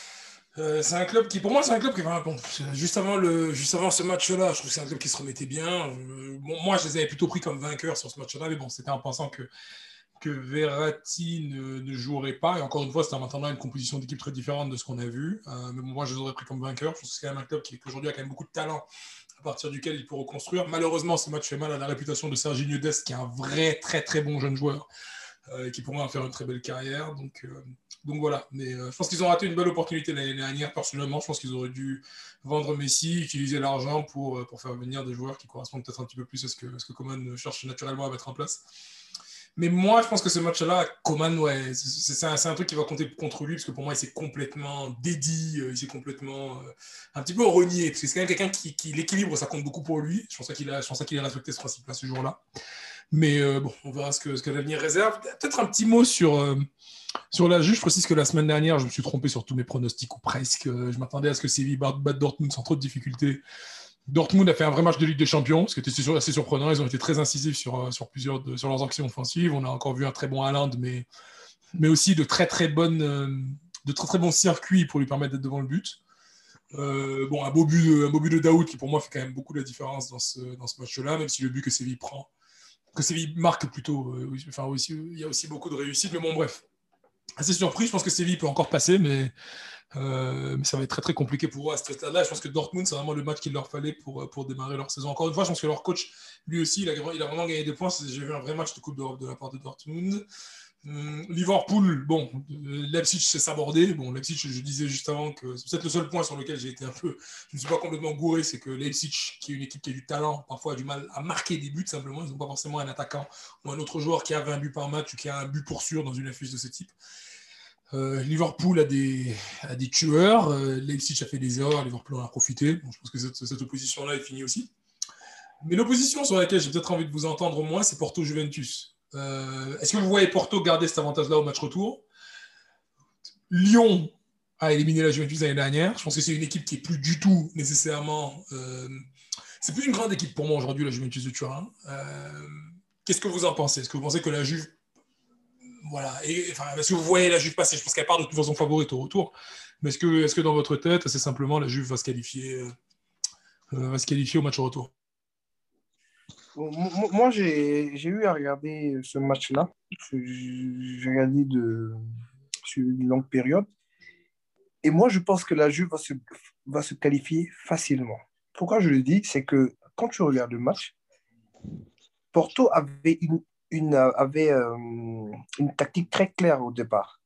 c'est un club qui, pour moi, c'est un club qui va bon, juste avant ce match-là, je trouve que c'est un club qui se remettait bien. Bon, moi, je les avais plutôt pris comme vainqueurs sur ce match-là, mais bon, c'était en pensant que Verratti ne jouerait pas. Et encore une fois, c'était en attendant une composition d'équipe très différente de ce qu'on a vu. Mais bon, moi, je les aurais pris comme vainqueurs. Je pense que c'est quand même un club qui aujourd'hui a quand même beaucoup de talent à partir duquel il peut reconstruire. Malheureusement, ce match fait mal à la réputation de Serginho Dest, qui est un vrai, très, très bon jeune joueur. Qui pour moi va faire une très belle carrière. Donc voilà. Mais je pense qu'ils ont raté une belle opportunité l'année dernière. Personnellement, je pense qu'ils auraient dû vendre Messi, utiliser l'argent pour faire venir des joueurs qui correspondent peut-être un petit peu plus à ce que Coman cherche naturellement à mettre en place. Mais moi, je pense que ce match-là, Coman, ouais, c'est un truc qui va compter contre lui, parce que pour moi, il s'est complètement dédié, il s'est complètement un petit peu renié, parce que c'est quand même quelqu'un qui l'équilibre, ça compte beaucoup pour lui. Je pense qu'il a respecté ce principe-là ce jour-là. Mais bon, on verra ce que l'avenir réserve. Peut-être un petit mot sur la juge. Je précise que la semaine dernière, je me suis trompé sur tous mes pronostics, ou presque. Je m'attendais à ce que Séville batte Dortmund sans trop de difficultés. Dortmund a fait un vrai match de Ligue des Champions, ce qui était assez surprenant. Ils ont été très incisifs sur leurs actions offensives. On a encore vu un très bon Haaland, mais aussi de très très bons circuits pour lui permettre d'être devant le but. Bon, un beau but de Daoud qui pour moi fait quand même beaucoup la différence dans ce match-là, même si le but que Séville marque plutôt. Aussi, il y a aussi beaucoup de réussite, mais bon, bref. Assez surpris, je pense que Séville peut encore passer, mais ça va être très très compliqué pour eux à ce stade-là. Je pense que Dortmund, c'est vraiment le match qu'il leur fallait pour démarrer leur saison. Encore une fois, je pense que leur coach, lui aussi, il a vraiment gagné des points. J'ai vu un vrai match de Coupe d'Europe de la part de Dortmund. Liverpool, bon, Leipzig s'est sabordé. Bon, Leipzig, je disais juste avant que c'est peut-être le seul point sur lequel j'ai été je ne suis pas complètement gouré, c'est que Leipzig, qui est une équipe qui a du talent, parfois a du mal à marquer des buts simplement. Ils n'ont pas forcément un attaquant ou un autre joueur qui a 20 buts par match ou qui a un but pour sûr dans une affiche de ce type. Liverpool a des tueurs. Leipzig a fait des erreurs. Liverpool en a profité. Bon, je pense que cette opposition-là est finie aussi. Mais l'opposition sur laquelle j'ai peut-être envie de vous entendre au moins, c'est Porto-Juventus. Est-ce que vous voyez Porto garder cet avantage-là au match retour? Lyon a éliminé la Juventus l'année dernière. Je pense que c'est une équipe qui est plus du tout nécessairement... c'est plus une grande équipe pour moi aujourd'hui, la Juventus de Turin. Qu'est-ce que vous en pensez? Est-ce que vous pensez que la Juve... Voilà. Est-ce que vous voyez la Juve passer? Je pense qu'elle part de toute façon favorite au retour. Mais est-ce que dans votre tête, c'est simplement la Juve va se qualifier au match retour?
Moi, j'ai eu à regarder ce match-là. J'ai regardé sur une longue période. Et moi, je pense que la Juve va se qualifier facilement. Pourquoi je le dis? C'est que quand tu regardes le match, Porto avait une tactique très claire au départ.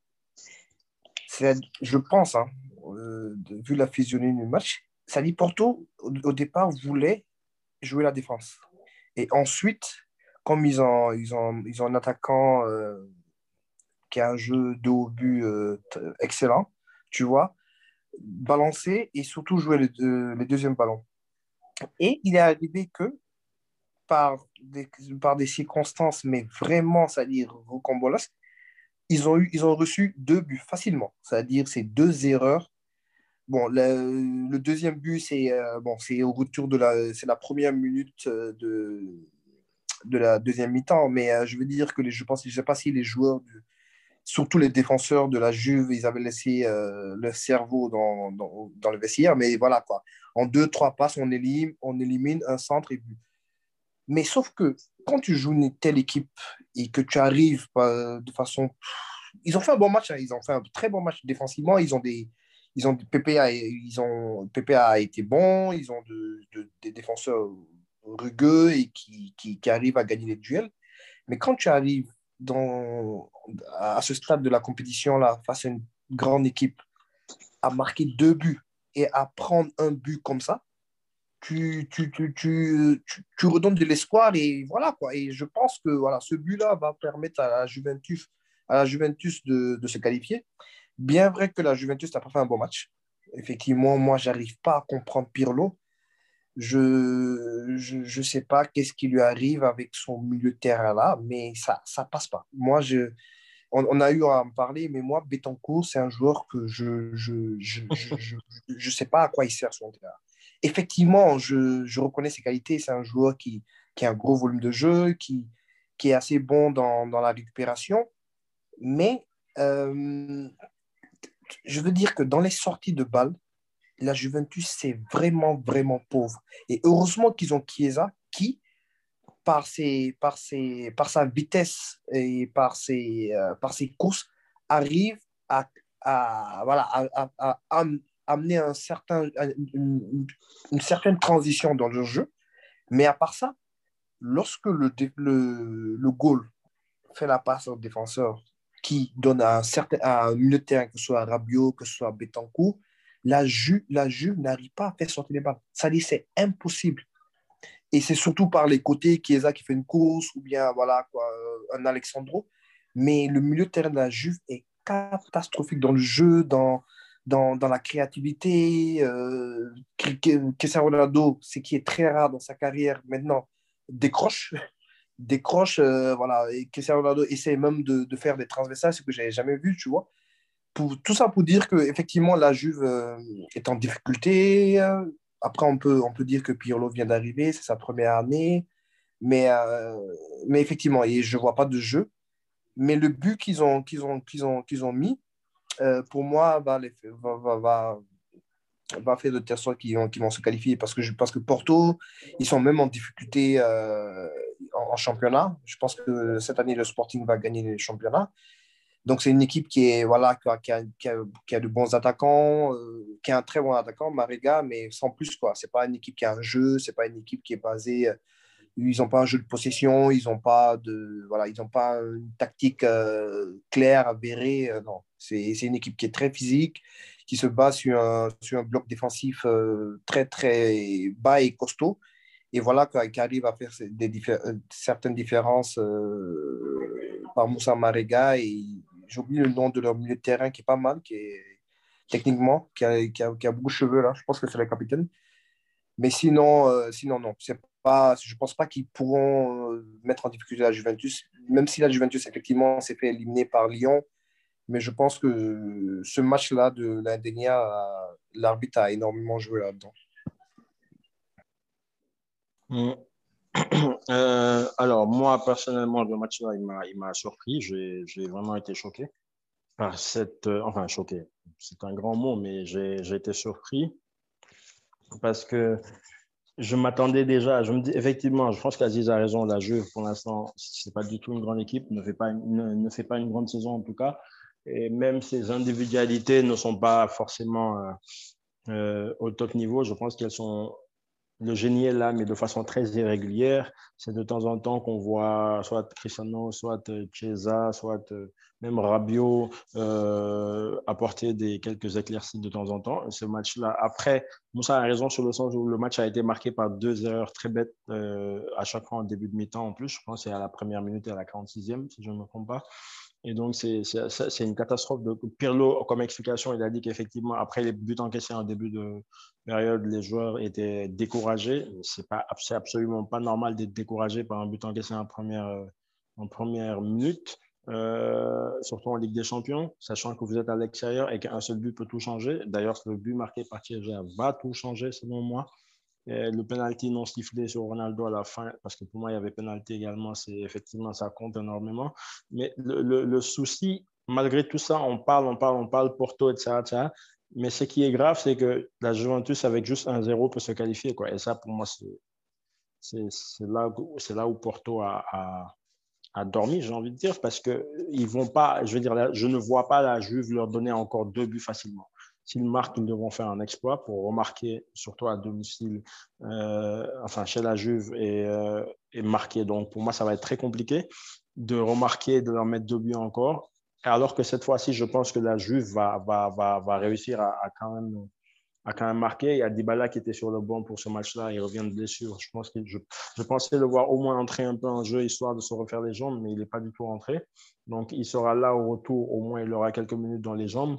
Je pense, hein, vu la physionomie du match, ça dit Porto, au départ, voulait jouer la défense. Et ensuite, comme ils ont un attaquant qui a un jeu de haut but excellent, tu vois, balancer et surtout jouer les deuxièmes ballons. Et il est arrivé que par des circonstances, mais vraiment, c'est-à-dire rocambolesques, ils ont reçu 2 buts facilement. C'est-à-dire, c'est 2 erreurs. Bon, le deuxième but, c'est au retour c'est la première minute de la deuxième mi-temps. Mais je veux dire que je sais pas si les joueurs, surtout les défenseurs de la Juve, ils avaient laissé leur cerveau dans le vestiaire. Mais voilà quoi. En 2, 3 passes, on élimine un centre et but. Mais sauf que quand tu joues une telle équipe et que tu arrives de façon. Ils ont fait un bon match, hein. Ils ont fait un très bon match défensivement. PPA a été bon. Ils ont des défenseurs rugueux et qui arrivent à gagner les duels. Mais quand tu arrives à ce stade de la compétition, là, face à une grande équipe, à marquer 2 buts et à prendre un but comme ça, tu redonnes de l'espoir et voilà quoi. Et je pense que voilà, ce but-là va permettre à la Juventus de se qualifier. Bien vrai que la Juventus n'a pas fait un bon match. Effectivement, moi, j'arrive pas à comprendre Pirlo. Je sais pas qu'est-ce qui lui arrive avec son milieu de terrain là, mais ça passe pas. On a eu à en parler, mais moi, Betancourt, c'est un joueur que je sais pas à quoi il sert sur le terrain. Effectivement, je reconnais ses qualités. C'est un joueur qui a un gros volume de jeu, qui est assez bon dans la récupération. Mais je veux dire que dans les sorties de balles, la Juventus, c'est vraiment, vraiment pauvre. Et heureusement qu'ils ont Chiesa, qui, par sa vitesse et par ses courses, arrive à, voilà, à amener une certaine transition dans le jeu. Mais à part ça, lorsque le goal fait la passe au défenseur qui donne à un milieu de terrain, que ce soit Rabiot, que ce soit Betancourt, la Juve n'arrive pas à faire sortir les balles. Ça dit, c'est impossible. Et c'est surtout par les côtés, Chiesa qui fait une course, ou bien voilà, quoi, un Alexandro. Mais le milieu de terrain de la Juve est catastrophique dans le jeu, dans la créativité. Cristiano Ronaldo, ce qui est très rare dans sa carrière maintenant, décroche. Décroche, voilà. Et Cristiano Ronaldo essaie même de faire des transversales, ce que je n'avais jamais vu, tu vois. Tout ça pour dire qu'effectivement, la Juve est en difficulté. Après, on peut dire que Pirlo vient d'arriver, c'est sa première année. Mais, euh, mais effectivement, et je ne vois pas de jeu. Mais le but qu'ils ont mis, pour moi, va faire de telle sorte qu'ils vont se qualifier. Parce que Porto, ils sont même en difficulté en championnat. Je pense que cette année, le Sporting va gagner le championnat. Donc, c'est une équipe qui est, voilà, qui a de bons attaquants, qui a un très bon attaquant, Marega, mais sans plus, quoi. C'est pas une équipe qui a un jeu, c'est pas une équipe qui est basée. Ils n'ont pas un jeu de possession, ils n'ont pas une tactique claire, avérée. Non, c'est une équipe qui est très physique, qui se base sur un bloc défensif très, très bas et costaud. Et voilà, qui arrive à faire certaines différences par Moussa Marega. Et j'oublie le nom de leur milieu de terrain qui est pas mal, qui est techniquement, qui a beaucoup de cheveux là. Je pense que c'est le capitaine. Mais sinon non. Je ne pense pas qu'ils pourront mettre en difficulté la Juventus, même si la Juventus, effectivement, s'est fait éliminer par Lyon. Mais je pense que ce match-là de l'Indénia, l'arbitre a énormément joué là-dedans.
Mm. Alors, moi, personnellement, le match-là, il m'a surpris. J'ai vraiment été choqué par enfin, choqué, c'est un grand mot, mais j'ai été surpris parce que je m'attendais déjà. Je me dis, effectivement, je pense qu'Aziz a raison. La Juve, pour l'instant, c'est pas du tout une grande équipe, ne fait pas une grande saison en tout cas. Et même ses individualités ne sont pas forcément au top niveau. Je pense qu'elles sont le génie est là, mais de façon très irrégulière. C'est de temps en temps qu'on voit soit Cristiano, soit Chiesa, soit même Rabiot apporter quelques éclaircies de temps en temps. Ce match-là, après, Moussa a raison sur le sens où le match a été marqué par 2 erreurs très bêtes à chaque fois en début de mi-temps en plus. Je pense que c'est à la première minute et à la 46e, si je ne me trompe pas. Et donc, c'est une catastrophe. Pirlo, comme explication, il a dit qu'effectivement, après les buts encaissés en début de période, les joueurs étaient découragés. C'est absolument pas normal d'être découragé par un but encaissé en première minute. surtout en Ligue des Champions, sachant que vous êtes à l'extérieur et qu'un seul but peut tout changer. D'ailleurs, le but marqué par Thierry va tout changer, selon moi. Et le penalty non sifflé sur Ronaldo à la fin, parce que pour moi, il y avait penalty également, effectivement, ça compte énormément. Mais le souci, malgré tout ça, on parle, Porto, etc. Mais ce qui est grave, c'est que la Juventus, avec juste 1-0, peut se qualifier, quoi. Et ça, pour moi, c'est là où Porto a dormi, j'ai envie de dire, parce qu'ils vont pas, je veux dire, je ne vois pas la Juve leur donner encore 2 buts facilement. S'ils marquent, ils devront faire un exploit pour remarquer, surtout à domicile, enfin chez la Juve, et marquer. Donc pour moi, ça va être très compliqué de remarquer, de leur mettre 2 buts encore. Alors que cette fois-ci, je pense que la Juve va réussir à quand même marqué. Il y a Dybala qui était sur le banc pour ce match-là. Il revient de blessure. Je pensais le voir au moins entrer un peu en jeu, histoire de se refaire les jambes, mais il n'est pas du tout rentré. Donc, il sera là au retour. Au moins, il aura quelques minutes dans les jambes.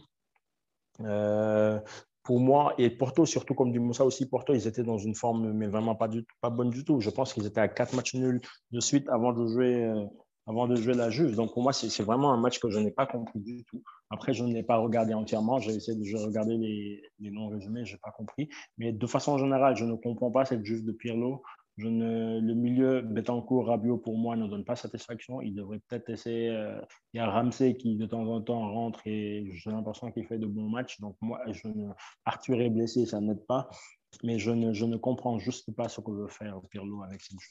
Pour moi, et Porto, surtout comme du Moussa aussi, Porto, ils étaient dans une forme, mais vraiment pas bonne du tout. Je pense qu'ils étaient à 4 matchs nuls de suite avant de jouer la Juve. Donc pour moi, c'est vraiment un match que je n'ai pas compris du tout. Après, je ne l'ai pas regardé entièrement. J'ai essayé de regarder les longs résumés, je n'ai pas compris. Mais de façon générale, je ne comprends pas cette Juve de Pirlo. Le milieu Betancourt, Rabiot, pour moi, ne donne pas satisfaction. Il devrait peut-être essayer. Il y a Ramsey qui, de temps en temps, rentre et j'ai l'impression qu'il fait de bons matchs. Donc, moi, Arthur est blessé, ça n'aide pas. Mais je ne comprends juste pas ce que veut faire Pirlo avec cette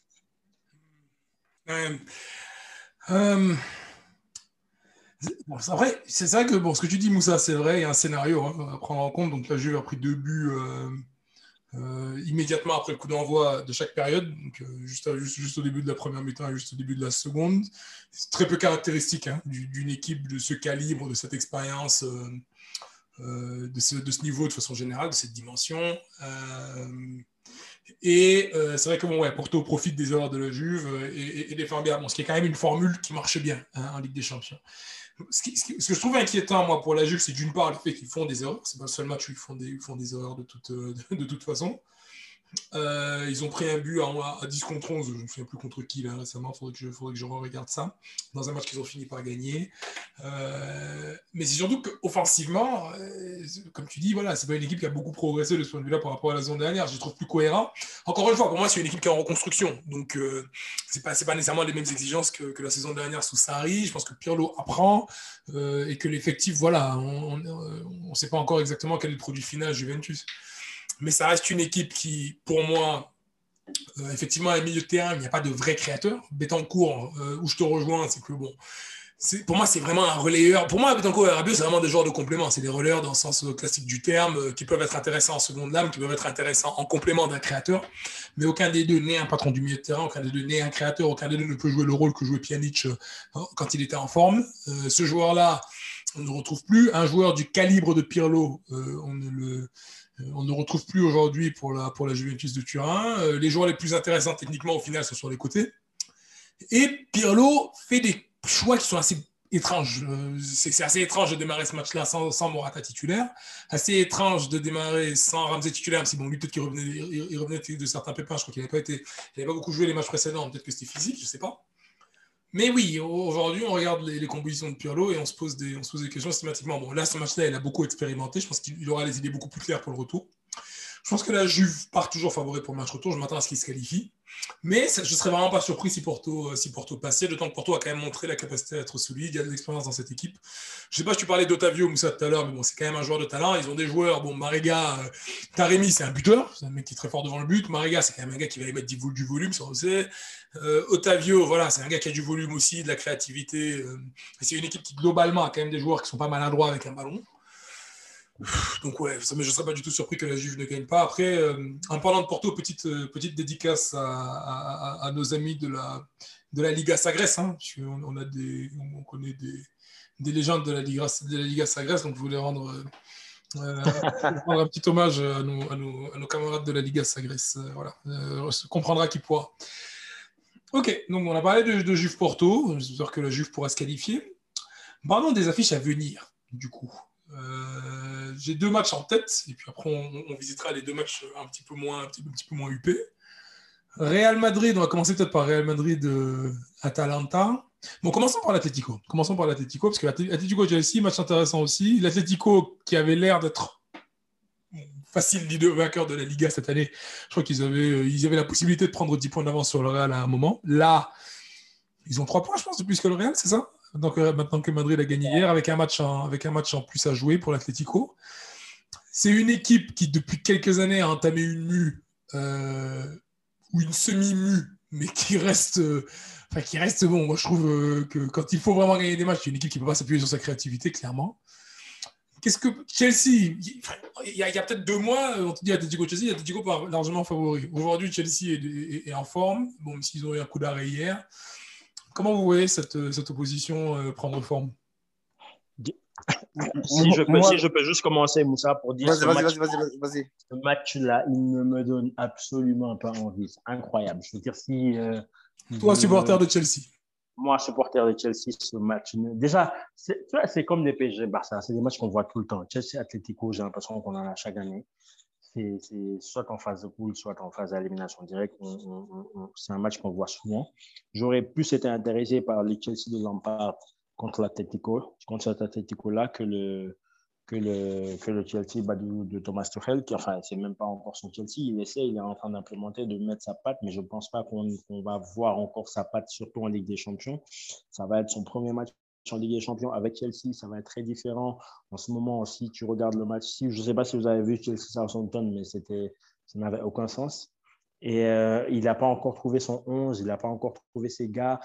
Juve.
Bon, c'est vrai que ce que tu dis, Moussa, c'est vrai, il y a un scénario à prendre en compte. Donc la Juve a pris 2 buts immédiatement après le coup d'envoi de chaque période, donc juste au début de la première mi-temps et juste au début de la seconde. C'est très peu caractéristique d'une équipe de ce calibre, de cette expérience, de ce niveau de façon générale, de cette dimension. C'est vrai que Porto profite des erreurs de la Juve et les fait bien. Ce qui est quand même une formule qui marche bien en Ligue des Champions. Ce que je trouve inquiétant, moi, pour la Juve, c'est d'une part le fait qu'ils font des erreurs. C'est pas le seul match où ils font des erreurs de toute façon. Ils ont pris un but à 10 contre 11, je ne me souviens plus contre qui là, récemment, il faudrait que je regarde ça, dans un match qu'ils ont fini par gagner. Mais c'est surtout qu'offensivement, comme tu dis, voilà, c'est pas une équipe qui a beaucoup progressé de ce point de vue-là par rapport à la saison dernière, je les trouve plus cohérents. Encore une fois, pour moi, c'est une équipe qui est en reconstruction, donc c'est pas nécessairement les mêmes exigences que la saison dernière sous Sarri. Je pense que Pirlo apprend et que l'effectif, voilà, on ne sait pas encore exactement quel est le produit final Juventus. Mais ça reste une équipe qui, pour moi, effectivement, à un milieu de terrain, il n'y a pas de vrai créateur. Betancourt, où je te rejoins, c'est que bon, pour moi, c'est vraiment un relayeur. Pour moi, Betancourt et Rabiot, c'est vraiment des joueurs de complément. C'est des relayeurs dans le sens classique du terme, qui peuvent être intéressants en seconde lame, qui peuvent être intéressants en complément d'un créateur. Mais aucun des deux n'est un patron du milieu de terrain, aucun des deux n'est un créateur, aucun des deux ne peut jouer le rôle que jouait Pjanic quand il était en forme. Ce joueur-là, on ne retrouve plus. Un joueur du calibre de Pirlo, on ne retrouve plus aujourd'hui pour la Juventus de Turin. Les joueurs les plus intéressants techniquement, au final, sont sur les côtés. Et Pirlo fait des choix qui sont assez étranges. C'est assez étrange de démarrer ce match-là sans Morata titulaire. Assez étrange de démarrer sans Ramsey titulaire, même si bon, lui, peut-être qu'il revenait de certains pépins. Je crois qu'il n'avait pas beaucoup joué les matchs précédents. Peut-être que c'était physique, je ne sais pas. Mais oui, aujourd'hui, on regarde les compositions de Pirlo et on se pose des questions systématiquement. Bon, là, ce match-là, il a beaucoup expérimenté. Je pense qu'il aura les idées beaucoup plus claires pour le retour. Je pense que la Juve part toujours favori pour le match retour. Je m'attends à ce qu'il se qualifie. Mais je ne serais vraiment pas surpris si Porto passait, d'autant que Porto a quand même montré la capacité à être solide. Il y a de l'expérience dans cette équipe. Je ne sais pas si tu parlais d'Otavio Moussa tout à l'heure, mais bon, c'est quand même un joueur de talent. Ils ont des joueurs. Bon, Marega, Taremi, c'est un buteur. C'est un mec qui est très fort devant le but. Marega, c'est quand même un gars qui va y mettre du volume, ça on le sait. Otavio, voilà, c'est un gars qui a du volume aussi, de la créativité. C'est une équipe qui, globalement, a quand même des joueurs qui sont pas maladroits avec un ballon. Donc ouais, je ne serais pas du tout surpris que la Juve ne gagne pas. Après, en parlant de Porto, petite dédicace à nos amis de la Liga Sagres. Hein, on connaît des légendes de la Liga Sagres, donc je voulais rendre un petit hommage à nos camarades de la Liga Sagres. Voilà, se comprendra qui pourra. Ok, donc on a parlé de Juve Porto. J'espère que la Juve pourra se qualifier. Parlons des affiches à venir, du coup. J'ai 2 matchs en tête et puis après on visitera les 2 matchs un petit peu moins huppés. Real Madrid, on va commencer peut-être par Real Madrid Atalanta. Bon, commençons par l'Atlético. Parce que l'Atlético-Chelsea, match intéressant aussi. L'Atlético, qui avait l'air d'être facile leader vainqueur de la Liga cette année, je crois qu'ils avaient la possibilité de prendre 10 points d'avance sur le Real à un moment. Là, ils ont 3 points, je pense, de plus que le Real, c'est ça? Donc, maintenant que Madrid a gagné hier, avec un match en plus à jouer pour l'Atlético. C'est une équipe qui, depuis quelques années, a entamé une mue ou une semi-mue, mais qui reste bon. Moi, je trouve que quand il faut vraiment gagner des matchs, c'est une équipe qui ne peut pas s'appuyer sur sa créativité, clairement. Qu'est-ce que Chelsea, il y a peut-être 2 mois, on te dit Atlético-Chelsea, Atlético largement favori. Aujourd'hui, Chelsea est en forme, bon, même s'ils ont eu un coup d'arrêt hier. Comment vous voyez cette opposition prendre forme?
Si je peux juste commencer, Moussa, pour dire
vas-y.
Ce match-là, il ne me donne absolument pas envie. C'est incroyable. Je veux dire, si...
Toi, supporter de Chelsea.
Moi, supporter de Chelsea, ce match... Déjà, c'est comme des PSG-Barça. C'est des matchs qu'on voit tout le temps. Chelsea-Atlético, j'ai l'impression qu'on en a chaque année. C'est soit en phase de poule, soit en phase d'élimination directe. C'est un match qu'on voit souvent. J'aurais plus été intéressé par les Chelsea de Lampard contre cet Atlético-là que le Chelsea de Thomas Tuchel, qui, enfin, c'est même pas encore son Chelsea. Il est en train d'implémenter, de mettre sa patte, mais je ne pense pas qu'on va voir encore sa patte, surtout en Ligue des Champions. Ça va être son premier match en Ligue des Champions avec Chelsea, ça va être très différent. En ce moment, si tu regardes le match, je ne sais pas si vous avez vu Chelsea-Southampton, mais ça n'avait aucun sens. Et il n'a pas encore trouvé son 11, il n'a pas encore trouvé ses gars.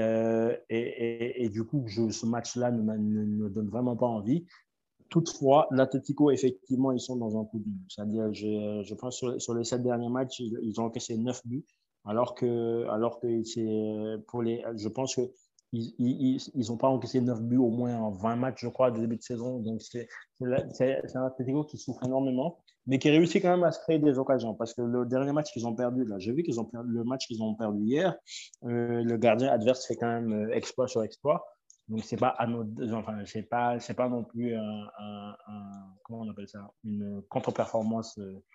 Et du coup, ce match-là ne me donne vraiment pas envie. Toutefois, l'Atlético, effectivement, ils sont dans un coup de mou. C'est-à-dire, je pense sur les 7 derniers matchs, ils ont encaissé 9 buts, alors que c'est pour je pense que ils n'ont pas encaissé 9 buts au moins en 20 matchs, je crois, de début de saison. Donc, c'est un Atlético qui souffre énormément, mais qui réussit quand même à se créer des occasions. Parce que le dernier match qu'ils ont perdu, là, j'ai vu qu'ils ont perdu le match qu'ils ont perdu hier. Le gardien adverse fait quand même exploit sur exploit. Donc, c'est pas c'est pas non plus comment on appelle ça, une contre-performance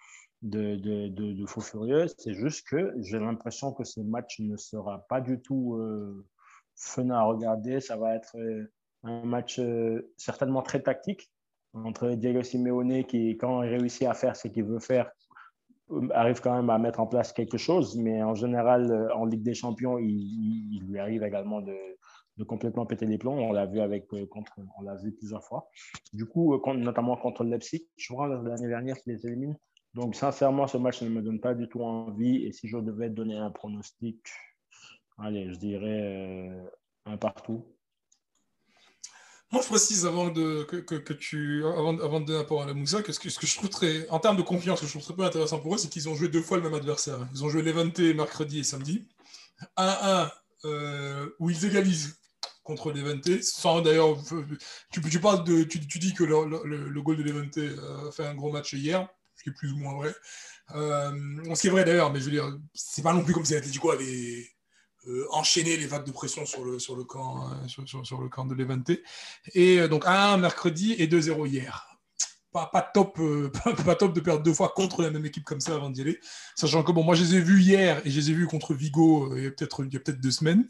de fou furieux. C'est juste que j'ai l'impression que ce match ne sera pas du tout fun à regarder. Ça va être un match certainement très tactique entre Diego Simeone qui, quand il réussit à faire ce qu'il veut faire, arrive quand même à mettre en place quelque chose. Mais en général, en Ligue des Champions, il lui arrive également de complètement péter les plombs. On l'a vu on l'a vu plusieurs fois. Du coup, notamment contre le Leipzig, je crois l'année dernière qu'il les élimine. Donc, sincèrement, ce match ne me donne pas du tout envie. Et si je devais donner un pronostic, allez, je dirais un partout.
Moi, je précise avant de donner la parole à Moussa que ce que je trouve en termes de confiance, ce que je trouve très peu intéressant pour eux, c'est qu'ils ont joué 2 fois le même adversaire. Ils ont joué Levante mercredi et samedi. 1-1 où ils égalisent contre Levante. Sans d'ailleurs, tu dis que le goal de Levante a fait un gros match hier, ce qui est plus ou moins vrai. Ce qui est vrai d'ailleurs, mais je veux dire, c'est pas non plus comme si l'Atlético avait enchaîné les vagues de pression sur le camp de Levante. Et donc 1-1 mercredi et 2-0 hier. Pas top de perdre 2 fois contre la même équipe comme ça avant d'y aller. Sachant que moi je les ai vus hier et je les ai vus contre Vigo il y a peut-être 2 semaines.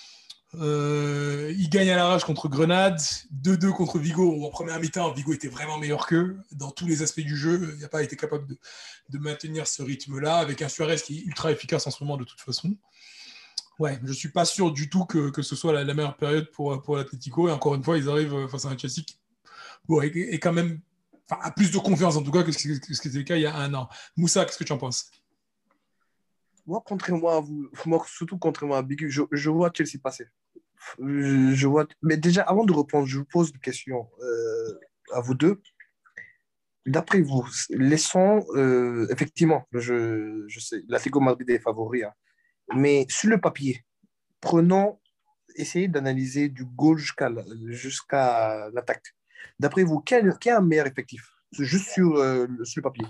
Ils gagnent à l'arrache contre Grenade, 2-2 contre Vigo. En première mi-temps, Vigo était vraiment meilleur qu'eux dans tous les aspects du jeu. Il n'a pas été capable de maintenir ce rythme-là avec un Suarez qui est ultra efficace en ce moment de toute façon. Ouais, je ne suis pas sûr du tout que ce soit la meilleure période pour l'Atlético. Et encore une fois, ils arrivent face à un Chelsea qui est quand même a plus de confiance en tout cas que ce qui était le cas il y a 1 an. Moussa, qu'est-ce que tu en penses?
Moi, contrairement à vous, surtout contrairement à Big, je vois Chelsea passer. Mais déjà, avant de répondre, je vous pose une question à vous deux. D'après vous, laissons, effectivement, je sais, l'Atlético Madrid est favori, hein. Mais sur le papier, essayez d'analyser du goal jusqu'à l'attaque. D'après vous, quel est un meilleur effectif? Juste sur le papier.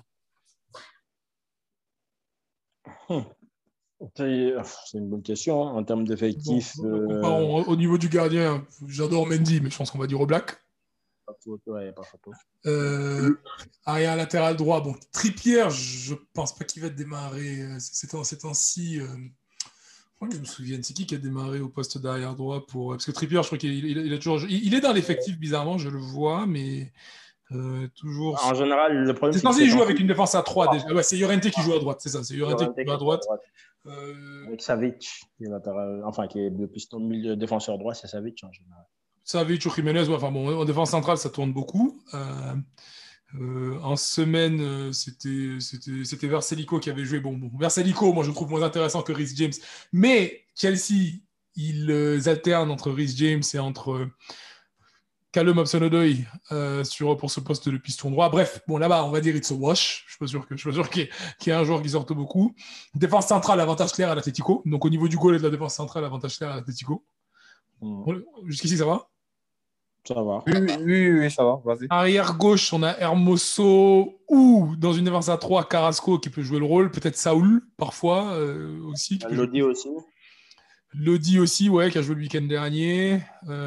C'est une bonne question. En termes d'effectifs.
Au niveau du gardien, j'adore Mendy, mais je pense qu'on va dire au Black.
Pas photo, ouais, pas photo.
Arrière latéral droit, Trippier, je pense pas qu'il va démarrer ces temps-ci. Moi, je me souviens, c'est qui a démarré au poste d'arrière droit pour. Parce que Trippier, je crois qu'il a toujours. Il est dans l'effectif, bizarrement, je le vois, mais toujours.
En général, le problème,
C'est
c'est que
censé
c'est
jouer
en
avec une défense à 3 déjà. Ouais, c'est Llorente qui joue à droite, c'est ça. C'est Llorente qui joue à droite.
avec Savic, qui est latéral, enfin qui est le piston milieu défenseur droit, c'est Savic en général.
Savic ou Jiménez, ouais, enfin bon, en défense centrale, ça tourne beaucoup. En semaine, c'était Verselico qui avait joué. Bon, Verselico, moi, je le trouve moins intéressant que Reece James. Mais Chelsea, ils alternent entre Reece James et entre Callum Hudson-Odoi pour ce poste de piston droit. Bref, bon, là-bas, on va dire it's a wash. Je suis pas sûr qu'il y ait un joueur qui sorte beaucoup. Défense centrale, avantage clair à l'Atlético. Donc, au niveau du goal et de la défense centrale, avantage clair à l'Atlético. Jusqu'ici, ça va?
Ça va.
Oui, ça va, vas-y.
Arrière gauche, on a Hermoso ou dans une défense à 3, Carrasco qui peut jouer le rôle. Peut-être Saoul, parfois aussi.
Lodi aussi.
Lodi aussi, ouais, qui a joué le week-end dernier.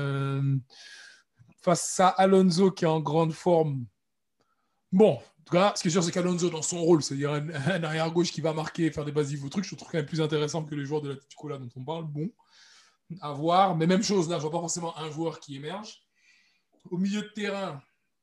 Face à Alonso qui est en grande forme. Bon, en tout cas, ce qui est sûr, c'est qu'Alonso, dans son rôle, c'est-à-dire un arrière-gauche qui va marquer, faire des bases au truc, je trouve quand même plus intéressant que les joueurs de l'Atlético là dont on parle. Bon, à voir. Mais même chose, là, je vois pas forcément un joueur qui émerge. Au milieu de terrain,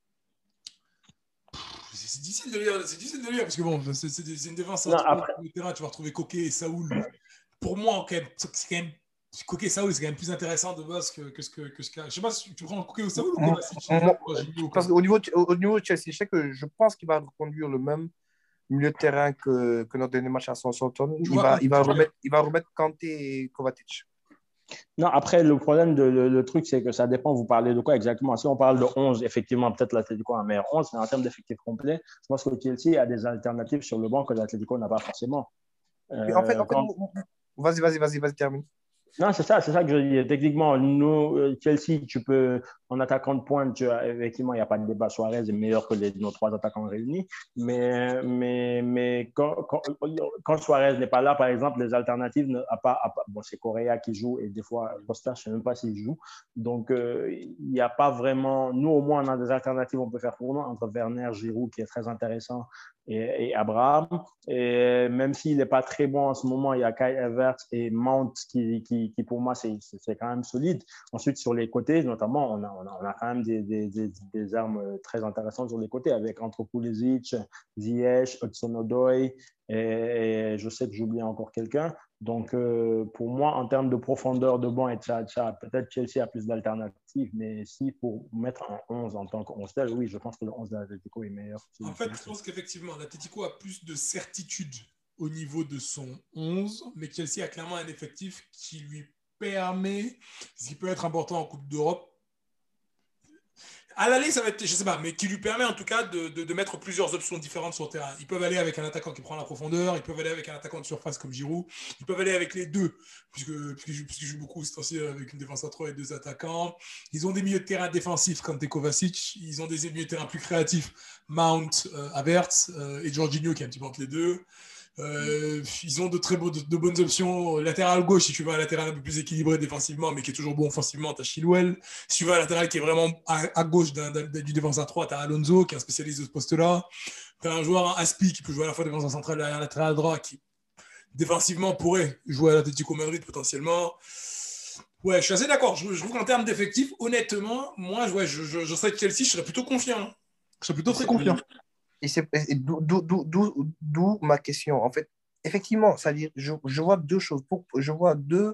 c'est difficile de lire, parce que bon, c'est une défense
non, après...
au terrain, tu vas retrouver Coquet et Saoul. Pour moi, c'est quand même Coquet et Saoul, c'est quand même plus intéressant de base que ce que. Je sais pas si tu prends Coquet ou Saoul ou Kovacic.
Parce qu'au niveau de Chelsea, je sais que je pense qu'il va reconduire le même milieu de terrain que notre dernier match à Southampton. Il va remettre Kanté et Kovacic.
Non, après, le problème, le truc, c'est que ça dépend, vous parlez de quoi exactement. Si on parle de 11, effectivement, peut-être l'Atlético a un meilleur 11, mais en termes d'effectif complet, je pense que Chelsea a des alternatives sur le banc que l'Atlético n'a pas forcément.
En fait, vas-y, termine.
Non, c'est ça que je dis. Techniquement, nous, Chelsea, en attaquant de pointe, effectivement, il n'y a pas de débat. Suarez est meilleur que nos 3 attaquants réunis. Mais quand Suarez n'est pas là, par exemple, les alternatives, bon, c'est Correa qui joue et des fois, Costa, je ne sais même pas s'il joue. Donc, il n'y a pas vraiment. Nous, au moins, on a des alternatives, on peut faire pour nous entre Werner, Giroud, qui est très intéressant, et Abraham. Et même s'il n'est pas très bon en ce moment, il y a Kai Havertz et Mount qui pour moi, c'est quand même solide. Ensuite, sur les côtés, notamment, on a quand même des armes très intéressantes sur les côtés avec entre Pulisic, Ziyech, Hudson-Odoi et je sais que j'oublie encore quelqu'un. Donc, pour moi, en termes de profondeur de banc et de ça, peut-être Chelsea a plus d'alternatives, mais si pour mettre un 11 en tant que 11 tel, oui, je pense que le 11 de l'Atlético est meilleur.
En fait, je pense qu'effectivement, l'Atlético a plus de certitude au niveau de son 11, mais Chelsea a clairement un effectif qui lui permet, ce qui peut être important en Coupe d'Europe, à l'aller, ça va être, je sais pas, mais qui lui permet en tout cas de mettre plusieurs options différentes sur le terrain. Ils peuvent aller avec un attaquant qui prend la profondeur, ils peuvent aller avec un attaquant de surface comme Giroud, ils peuvent aller avec les deux, puisqu'ils jouent beaucoup c'est aussi avec une défense à 3 et 2 attaquants. Ils ont des milieux de terrain défensifs comme Kovacic, ils ont des milieux de terrain plus créatifs, Mount, Havertz et Jorginho qui est un petit peu entre les deux. Ils ont de bonnes options. Latéral gauche, si tu veux un latéral un peu plus équilibré défensivement, mais qui est toujours bon offensivement, tu as Chilwell. Si tu veux un latéral qui est vraiment à gauche du défense à 3, tu as Alonso, qui est un spécialiste de ce poste-là. Tu as un joueur, Aspi, qui peut jouer à la fois défense centrale et latéral droit, qui défensivement pourrait jouer à l'Atlético Madrid potentiellement. Ouais, je suis assez d'accord. Je trouve qu'en termes d'effectifs, honnêtement, moi, je serais de Chelsea, je serais plutôt confiant. Je serais plutôt très confiant.
Et d'où ma question. En fait, effectivement, c'est-à-dire, je vois deux choses. Je vois deux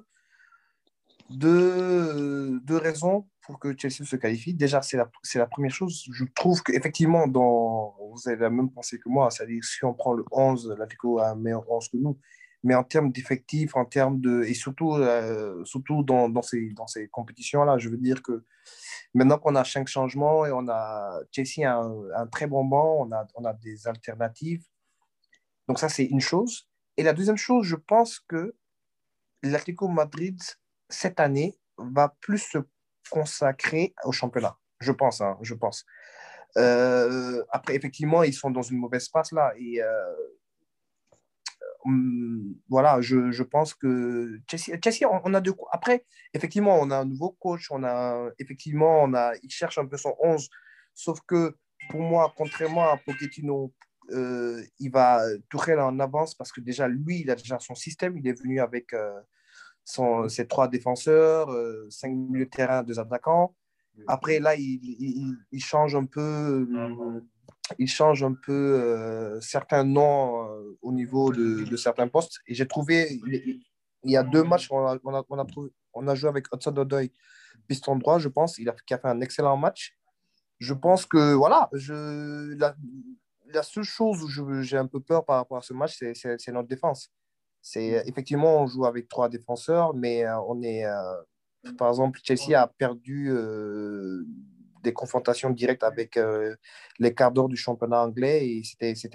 raisons pour que Chelsea se qualifie. Déjà, c'est la première chose. Je trouve qu'effectivement, vous avez la même pensée que moi. C'est-à-dire, si on prend le 11, l'Atlético a un meilleur 11 que nous. Mais en termes d'effectifs, et surtout dans ces compétitions-là, je veux dire que maintenant qu'on a 5 changements et Chelsea a un très bon banc, on a des alternatives. Donc ça, c'est une chose. Et la deuxième chose, je pense que l'Atlético Madrid, cette année, va plus se consacrer au championnat. Je pense. Après, effectivement, ils sont dans une mauvaise passe là. Et voilà, je pense que Chelsea on a de quoi. Après, effectivement, on a un nouveau coach, il cherche un peu son 11, sauf que pour moi, contrairement à Pochettino, Tuchel en avance parce que déjà, lui, il a déjà son système. Il est venu avec ses 3 défenseurs, 5 milieux de terrain, 2 attaquants. Après, là, il change un peu, certains noms au niveau de certains postes. Et j'ai trouvé, il y a 2 matchs, on a joué avec Hudson-Odoi, piston droit, je pense, qui a fait un excellent match. Je pense que, voilà, la seule chose où j'ai un peu peur par rapport à ce match, c'est notre défense. Effectivement, on joue avec 3 défenseurs, mais par exemple, Chelsea a perdu des confrontations directes avec les quarts d'heure du championnat anglais et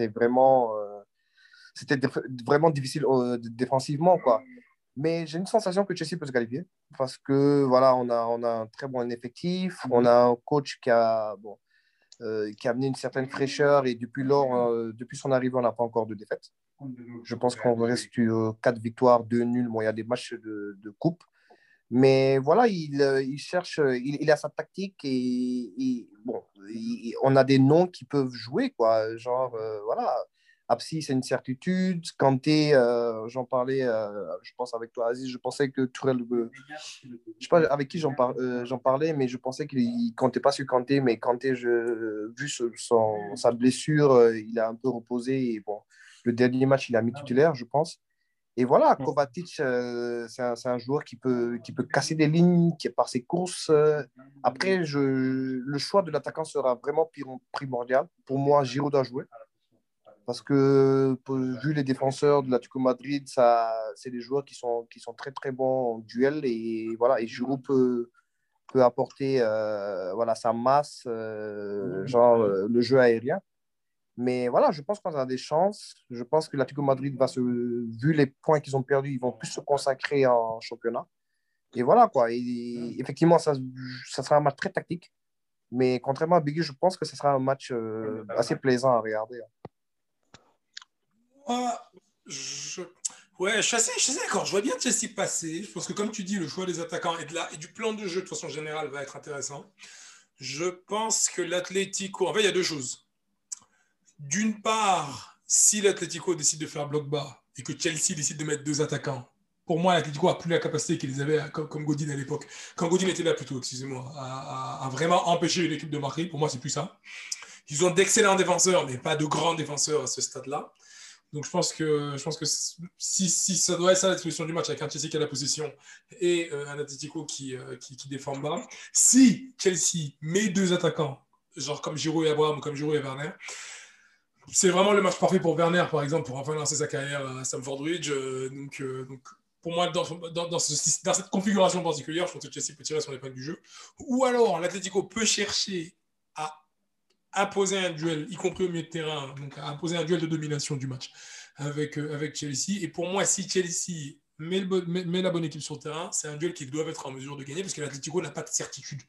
c'était vraiment difficile défensivement, quoi. Mais j'ai une sensation que Chelsea peut se qualifier parce que voilà, on a un très bon effectif, on a un coach qui a amené une certaine fraîcheur et depuis son arrivée, on n'a pas encore de défaite. Je pense qu'on reste sur 4 victoires, 2 nuls. Bon, il y a des matchs de coupe. Mais voilà, il cherche, il a sa tactique bon, on a des noms qui peuvent jouer, quoi. Genre, voilà, Apsi, c'est une certitude. Kanté, j'en parlais, je pense avec toi, Aziz, je pensais que Tourelle, je sais pas avec qui j'en parlais, mais je pensais qu'il comptait pas sur Kanté, mais Kanté, vu sa blessure, il a un peu reposé et bon, le dernier match, il a mis titulaire, je pense. Et voilà, Kovacic, c'est un joueur qui peut casser des lignes, qui est par ses courses. Après, le choix de l'attaquant sera vraiment primordial. Pour moi, Giroud doit jouer. Parce que, vu les défenseurs de l'Atlético Madrid, c'est des joueurs qui sont très, très bons en duel. Et voilà, et Giroud peut apporter voilà, sa masse, le jeu aérien. Mais voilà, je pense qu'on a des chances. Je pense que l'Atlético Madrid vu les points qu'ils ont perdus, ils vont plus se consacrer en championnat. Et voilà, quoi. Et effectivement, ça sera un match très tactique. Mais contrairement à Biggie, je pense que ce sera un match assez plaisant à regarder.
Moi, ouais, je suis assez d'accord. Je vois bien Chelsea passer. Je pense que, comme tu dis, le choix des attaquants et du plan de jeu de façon générale va être intéressant. Je pense que l'Atlético. En fait, il y a 2 choses. D'une part, si l'Atlético décide de faire bloc bas et que Chelsea décide de mettre 2 attaquants, pour moi, l'Atlético a plus la capacité qu'ils avaient comme Godin à l'époque. Quand Godin était là, plutôt, excusez-moi, à vraiment empêcher une équipe de marquer. Pour moi, c'est plus ça. Ils ont d'excellents défenseurs, mais pas de grands défenseurs à ce stade-là. Donc je pense que si ça doit être ça la solution du match avec un Chelsea qui a la possession et un Atletico qui défend bas, si Chelsea met 2 attaquants, genre comme Giroud et Abraham ou comme Giroud et Werner, c'est vraiment le match parfait pour Werner, par exemple, pour enfin lancer sa carrière à Stamford Bridge. Donc, pour moi, dans cette configuration particulière, je pense que Chelsea peut tirer son épingle du jeu. Ou alors, l'Atletico peut chercher à imposer un duel, y compris au milieu de terrain, donc à imposer un duel de domination du match avec Chelsea. Et pour moi, si Chelsea met la bonne équipe sur le terrain, c'est un duel qu'ils doivent être en mesure de gagner parce que l'Atlético n'a pas de certitude.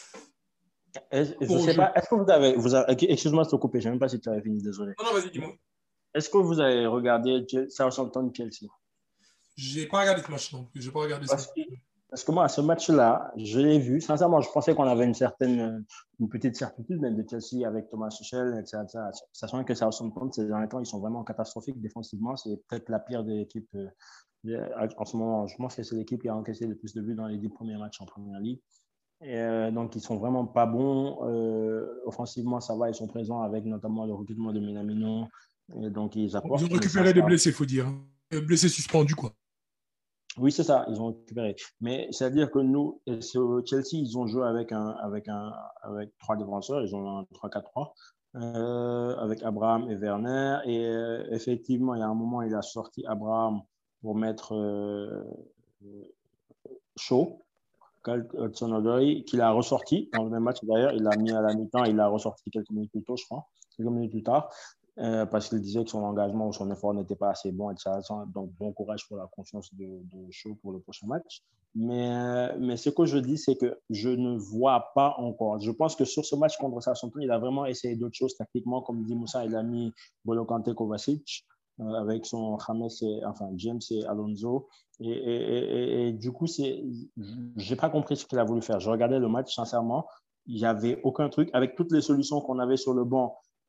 Je ne sais pas, est-ce que excuse-moi de te couper, je ne sais même pas si tu avais fini, désolé.
Non, vas-y, dis-moi.
Est-ce que vous avez regardé Southampton-Chelsea?
J'ai pas regardé ce match, non. J'ai pas regardé ça.
Parce que moi, ce match-là, je l'ai vu. Sincèrement, je pensais qu'on avait une petite certitude même de Chelsea avec Thomas Tuchel, etc. Sachant que Southampton, ces derniers temps, ils sont vraiment catastrophiques défensivement. C'est peut-être la pire des équipes en ce moment. Je pense que c'est l'équipe qui a encaissé le plus de buts dans les 10 premiers matchs en Première Ligue. Donc, ils sont vraiment pas bons. Offensivement, ça va. Ils sont présents avec notamment le recrutement de Minamino. Donc, ils apportent.
Ils ont récupéré des blessés, il faut dire. Blessés suspendus, quoi.
Oui, c'est ça, ils ont récupéré. Mais c'est-à-dire que nous, Chelsea, ils ont joué avec 3 défenseurs, ils ont un 3-4-3, avec Abraham et Werner. Et effectivement, il y a un moment, il a sorti Abraham pour mettre Shaw, Hudson-Odoi, qu'il a ressorti dans le même match d'ailleurs. Il l'a mis à la mi-temps, il l'a ressorti quelques minutes plus tôt, je crois, quelques minutes plus tard. Parce qu'il disait que son engagement ou son effort n'était pas assez bon, etc. Donc, bon courage pour la confiance de Shaw pour le prochain match. Mais ce que je dis, c'est que je ne vois pas encore. Je pense que sur ce match contre Southampton, il a vraiment essayé d'autres choses tactiquement. Comme dit Moussa, il a mis Bolo Kanté, Kovacic avec son James et Alonso. Et du coup, je n'ai pas compris ce qu'il a voulu faire. Je regardais le match, sincèrement. Il n'y avait aucun truc. Avec toutes les solutions qu'on avait sur le banc,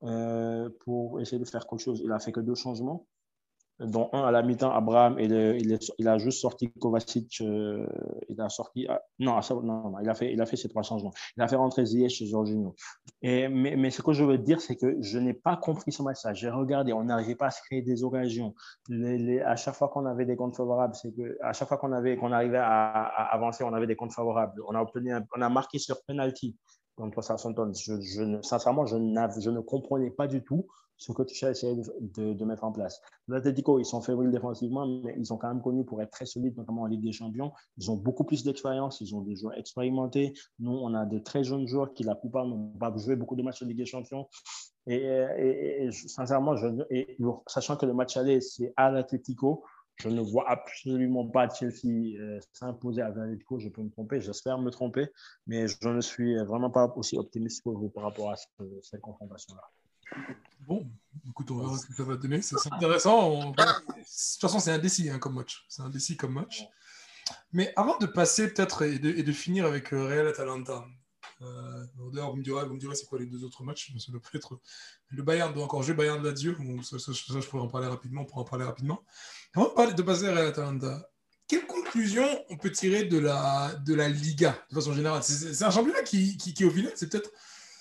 pour essayer de faire quelque chose. Il a fait que 2 changements, dont un à la mi-temps, Abraham, il a juste sorti Kovacic, il a sorti, non, il a fait ces 3 changements. Il a fait rentrer Ziyech et Jorginho. Mais ce que je veux dire, c'est que je n'ai pas compris ce match-là. J'ai regardé, on n'arrivait pas à se créer des occasions. À chaque fois qu'on avait des comptes favorables, c'est que à chaque fois qu'on arrivait à avancer, on avait des comptes favorables. On a marqué sur penalty contre Southampton. Sincèrement, je ne comprenais pas du tout ce que tu as essayé de mettre en place. L'Atlético, ils sont fébriles défensivement, mais ils sont quand même connus pour être très solides, notamment en Ligue des Champions. Ils ont beaucoup plus d'expérience, ils ont des joueurs expérimentés. Nous, on a de très jeunes joueurs qui, la plupart, n'ont pas joué beaucoup de matchs en Ligue des Champions. Sincèrement, sachant que le match aller, c'est à l'Atlético, je ne vois absolument pas Chelsea s'imposer à l'Atlético. Je peux me tromper, j'espère me tromper, mais je ne suis vraiment pas aussi optimiste que vous par rapport à cette confrontation-là.
Bon, écoute, on verra ce que ça va donner. C'est intéressant. De toute façon, c'est indécis comme match. C'est indécis comme match. Mais avant de passer peut-être et de finir avec Real Atalanta, d'ailleurs, vous me direz c'est quoi les 2 autres matchs? Ça doit être le Bayern doit encore jouer Bayern Lazio. Ça, je pourrais en parler rapidement. Avant de passer à Real Atalanta, quelle conclusion on peut tirer de la Liga de façon générale? C'est un championnat qui au final, c'est peut-être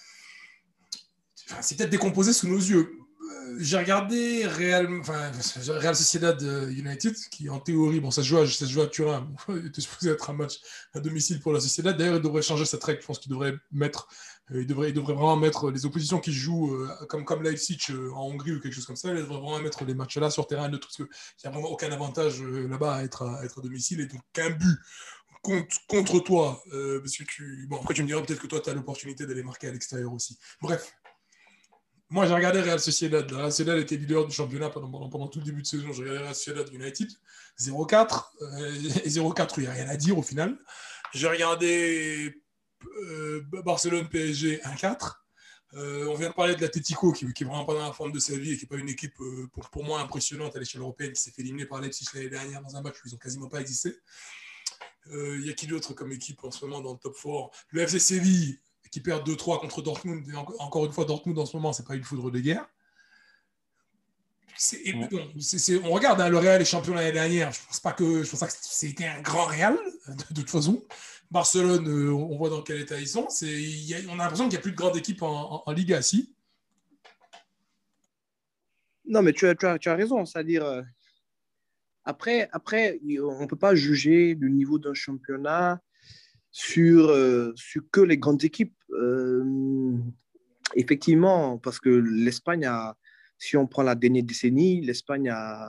décomposé sous nos yeux. J'ai regardé Real Sociedad United, qui en théorie, ça se joue à Turin. Il était supposé être un match à domicile pour la Sociedad. D'ailleurs, il devrait changer cette règle. Je pense qu'il devrait vraiment mettre les oppositions qui jouent comme Leipzig en Hongrie ou quelque chose comme ça. Il devrait vraiment mettre les matchs là sur terrain neutre, parce qu'il n'y a vraiment aucun avantage là-bas à être à domicile. Et donc, qu'un but contre toi, parce que après tu me diras peut-être que toi, tu as l'opportunité d'aller marquer à l'extérieur aussi. Bref. Moi, j'ai regardé Real Sociedad. La Real Sociedad était leader du championnat pendant tout le début de saison. J'ai regardé Real Sociedad United, 0-4. Et 0-4, il n'y a rien à dire au final. J'ai regardé Barcelone PSG 1-4. On vient de parler de l'Atlético, qui est vraiment pas dans la forme de sa vie et qui n'est pas une équipe, pour moi, impressionnante à l'échelle européenne, qui s'est fait éliminer par Leipzig l'année dernière dans un match où ils n'ont quasiment pas existé. Il y a qui d'autre comme équipe en ce moment dans le top 4? Le FC Séville, qui perd 2-3 contre Dortmund. Et encore une fois, Dortmund en ce moment, c'est pas une foudre de guerre. On regarde le Real est champion l'année dernière. Je pense pas que c'était un grand Real de toute façon. Barcelone, on voit dans quel état ils sont. On a l'impression qu'il n'y a plus de grande équipe en Liga, si.
Non, mais tu as raison. C'est-à-dire, après, on ne peut pas juger le niveau d'un championnat sur que les grandes équipes. Effectivement, parce que l'Espagne si on prend la dernière décennie, l'Espagne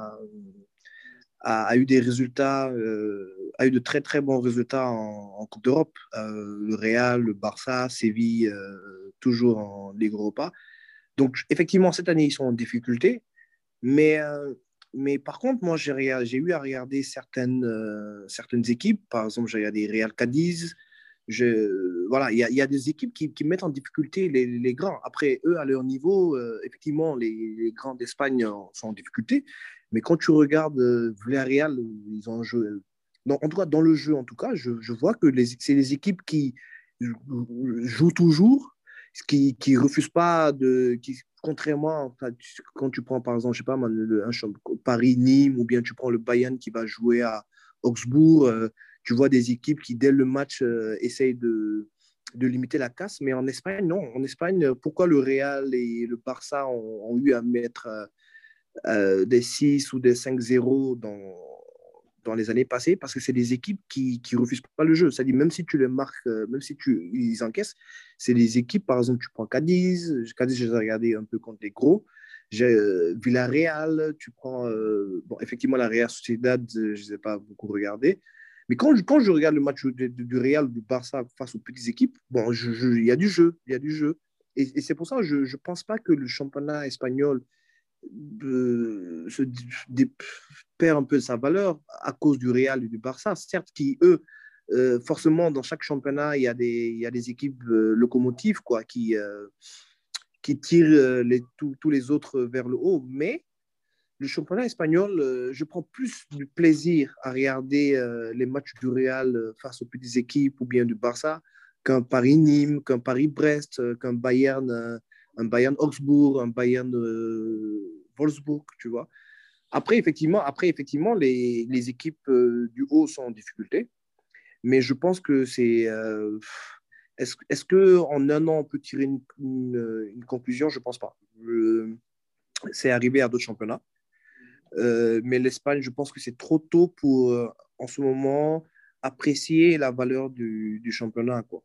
a eu des résultats, a eu de très très bons résultats en Coupe d'Europe. Le Real, le Barça, Séville, toujours en Ligue Europa. Donc effectivement, cette année, ils sont en difficulté. Mais par contre, moi, j'ai eu à regarder certaines équipes. Par exemple, j'ai regardé Real Cadiz. Voilà, il y a des équipes qui mettent en difficulté les grands. Après, eux, à leur niveau, effectivement, les grands d'Espagne sont en difficulté. Mais quand tu regardes Villarreal, ils ont joué. En tout cas, dans le jeu, en tout cas, je vois que c'est les équipes qui jouent toujours, qui refusent pas contrairement quand tu prends par exemple, je sais pas, Paris, Nîmes, ou bien tu prends le Bayern qui va jouer à Augsbourg, tu vois des équipes qui dès le match essayent de limiter la casse, mais en Espagne, non. En Espagne, pourquoi le Real et le Barça ont eu à mettre des 6 ou des 5-0 dans les années passées? Parce que c'est des équipes qui refusent pas le jeu. C'est-à-dire, même si tu les marques, même si ils encaissent, c'est des équipes, par exemple, tu prends Cadiz, j'ai regardé un peu contre les gros. Villarreal, tu prends, bon, effectivement, la Real Sociedad, je ne les ai pas beaucoup regardé. Mais quand je regarde le match du Real, du Barça face aux petites équipes, bon, il y a du jeu, il y a du jeu. Et c'est pour ça que je ne pense pas que le championnat espagnol perd un peu sa valeur à cause du Real et du Barça. Certes, qui, eux, forcément, dans chaque championnat, il y a des équipes locomotives quoi, qui tirent tous les autres vers le haut. Mais le championnat espagnol, je prends plus de plaisir à regarder les matchs du Real face aux petites équipes ou bien du Barça qu'un Paris-Nîmes, qu'un Paris-Brest, qu'un Bayern un Bayern Augsbourg, un Bayern Wolfsburg, tu vois. Après, effectivement les équipes du haut sont en difficulté, mais je pense que c'est. Est-ce qu'en un an, on peut tirer une conclusion? Je ne pense pas. C'est arrivé à d'autres championnats. Mais l'Espagne, je pense que c'est trop tôt pour, en ce moment, apprécier la valeur du championnat, quoi.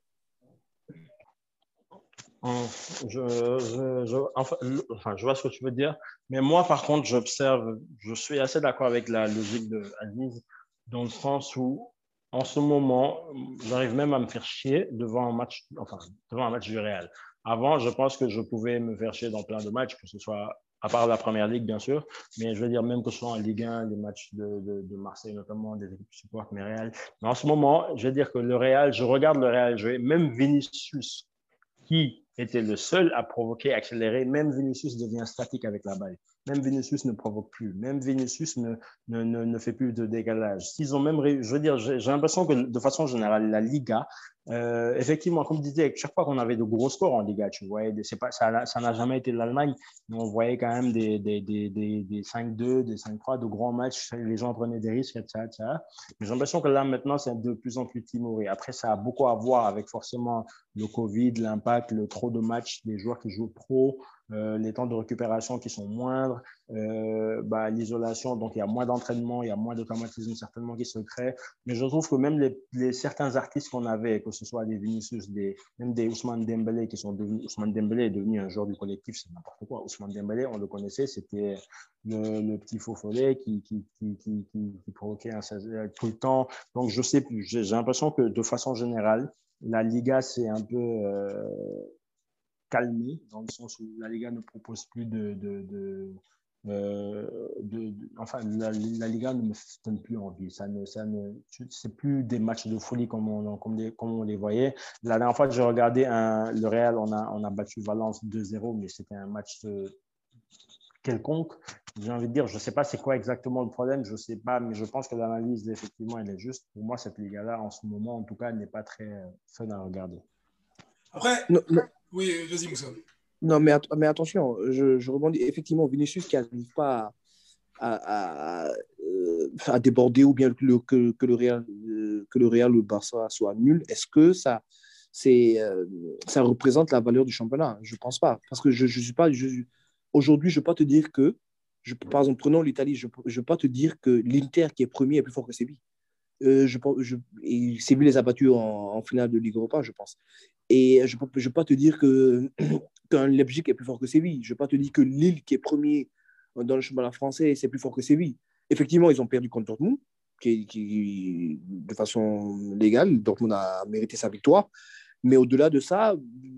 Je vois ce que tu veux dire, mais moi, par contre, je suis assez d'accord avec la logique de Aziz, dans le sens où, en ce moment, j'arrive même à me faire chier devant un match du Real. Avant, je pense que je pouvais me faire chier dans plein de matchs, que ce soit à part la Première Ligue, bien sûr, mais je veux dire, même que ce soit en Ligue 1, les matchs de Marseille, notamment, des équipes qui supportent mes Real. Mais en ce moment, je veux dire que le Real, je regarde le Real jouer, même Vinicius, qui était le seul à provoquer, accélérer. Même Vinicius devient statique avec la balle. Même Vinicius ne provoque plus. Même Vinicius ne fait plus de décalage. S'ils ont même, je veux dire, j'ai l'impression que de façon générale, la Liga, effectivement, comme tu disais, chaque fois qu'on avait de gros scores en Liga, tu voyais, ça n'a jamais été l'Allemagne, mais on voyait quand même des 5-2, des 5-3, de grands matchs. Les gens prenaient des risques, etc. Mais j'ai l'impression que là, maintenant, c'est de plus en plus timoré. Après, ça a beaucoup à voir avec forcément le Covid, l'impact, le trop de matchs, les joueurs qui jouent pro, les temps de récupération qui sont moindres, l'isolation, donc il y a moins d'entraînement, il y a moins d'automatisme certainement qui se crée. Mais je trouve que même certains artistes qu'on avait, que ce soit des Vinicius, même des Ousmane Dembélé qui sont devenus, Ousmane Dembélé est devenu un joueur du collectif, c'est n'importe quoi. Ousmane Dembélé, on le connaissait, c'était le petit faux follet qui provoquait tout le temps. Donc je sais plus, j'ai l'impression que de façon générale, la Liga s'est un peu calmée, dans le sens où la Liga ne propose plus la Liga ne me donne plus envie. C'est plus des matchs de folie comme on les voyait. La dernière fois que j'ai regardé le Real, on a battu Valence 2-0, mais c'était un match quelconque. J'ai envie de dire, je ne sais pas c'est quoi exactement le problème, je ne sais pas, mais je pense que l'analyse, effectivement, elle est juste. Pour moi, cette Liga-là, en ce moment, en tout cas, n'est pas très fun à regarder.
Après,
non.
Oui, vas-y, Moussa.
Non, mais attention, je rebondis. Effectivement, Vinicius qui n'arrive pas à déborder ou bien que le Real ou le Barça soit nul, est-ce que ça représente la valeur du championnat? Je ne pense pas. Parce que je suis pas. Aujourd'hui, je ne peux pas te dire que. Par exemple, prenons l'Italie, je ne peux pas te dire que l'Inter qui est premier est plus fort que Séville. Et Séville les a battus en finale de Ligue Europa, je pense. Et je ne peux pas te dire qu'un Leipzig est plus fort que Séville. Je ne vais pas te dire que Lille, qui est premier dans le championnat français, c'est plus fort que Séville. Effectivement, ils ont perdu contre Dortmund, qui de façon légale. Dortmund a mérité sa victoire. Mais au-delà de ça,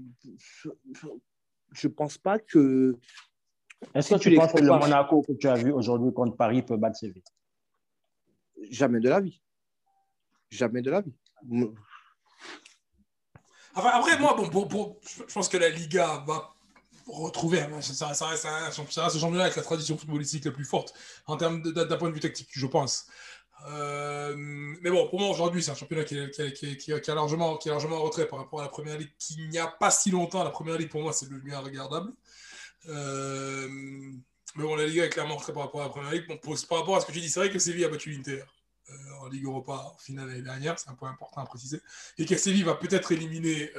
je ne pense pas que...
Est-ce que tu penses que le Monaco que tu as vu aujourd'hui contre Paris peut battre Séville?
Jamais de la vie. Jamais de la vie.
Après, moi, je pense que la Liga va retrouver, ça reste un championnat avec la tradition footballistique la plus forte en termes d'un point de vue tactique, je pense. Mais bon, pour moi, aujourd'hui, c'est un championnat qui est largement en retrait par rapport à la Première Ligue, qui n'y a pas si longtemps. La Première Ligue, pour moi, c'est devenu regardable. Mais bon, la Liga est clairement en retrait par rapport à la Première Ligue. Bon, par rapport à ce que tu dis, c'est vrai que Séville a battu l'Inter en Ligue Europa en finale l'année dernière, c'est un point important à préciser, et que Séville va peut-être éliminer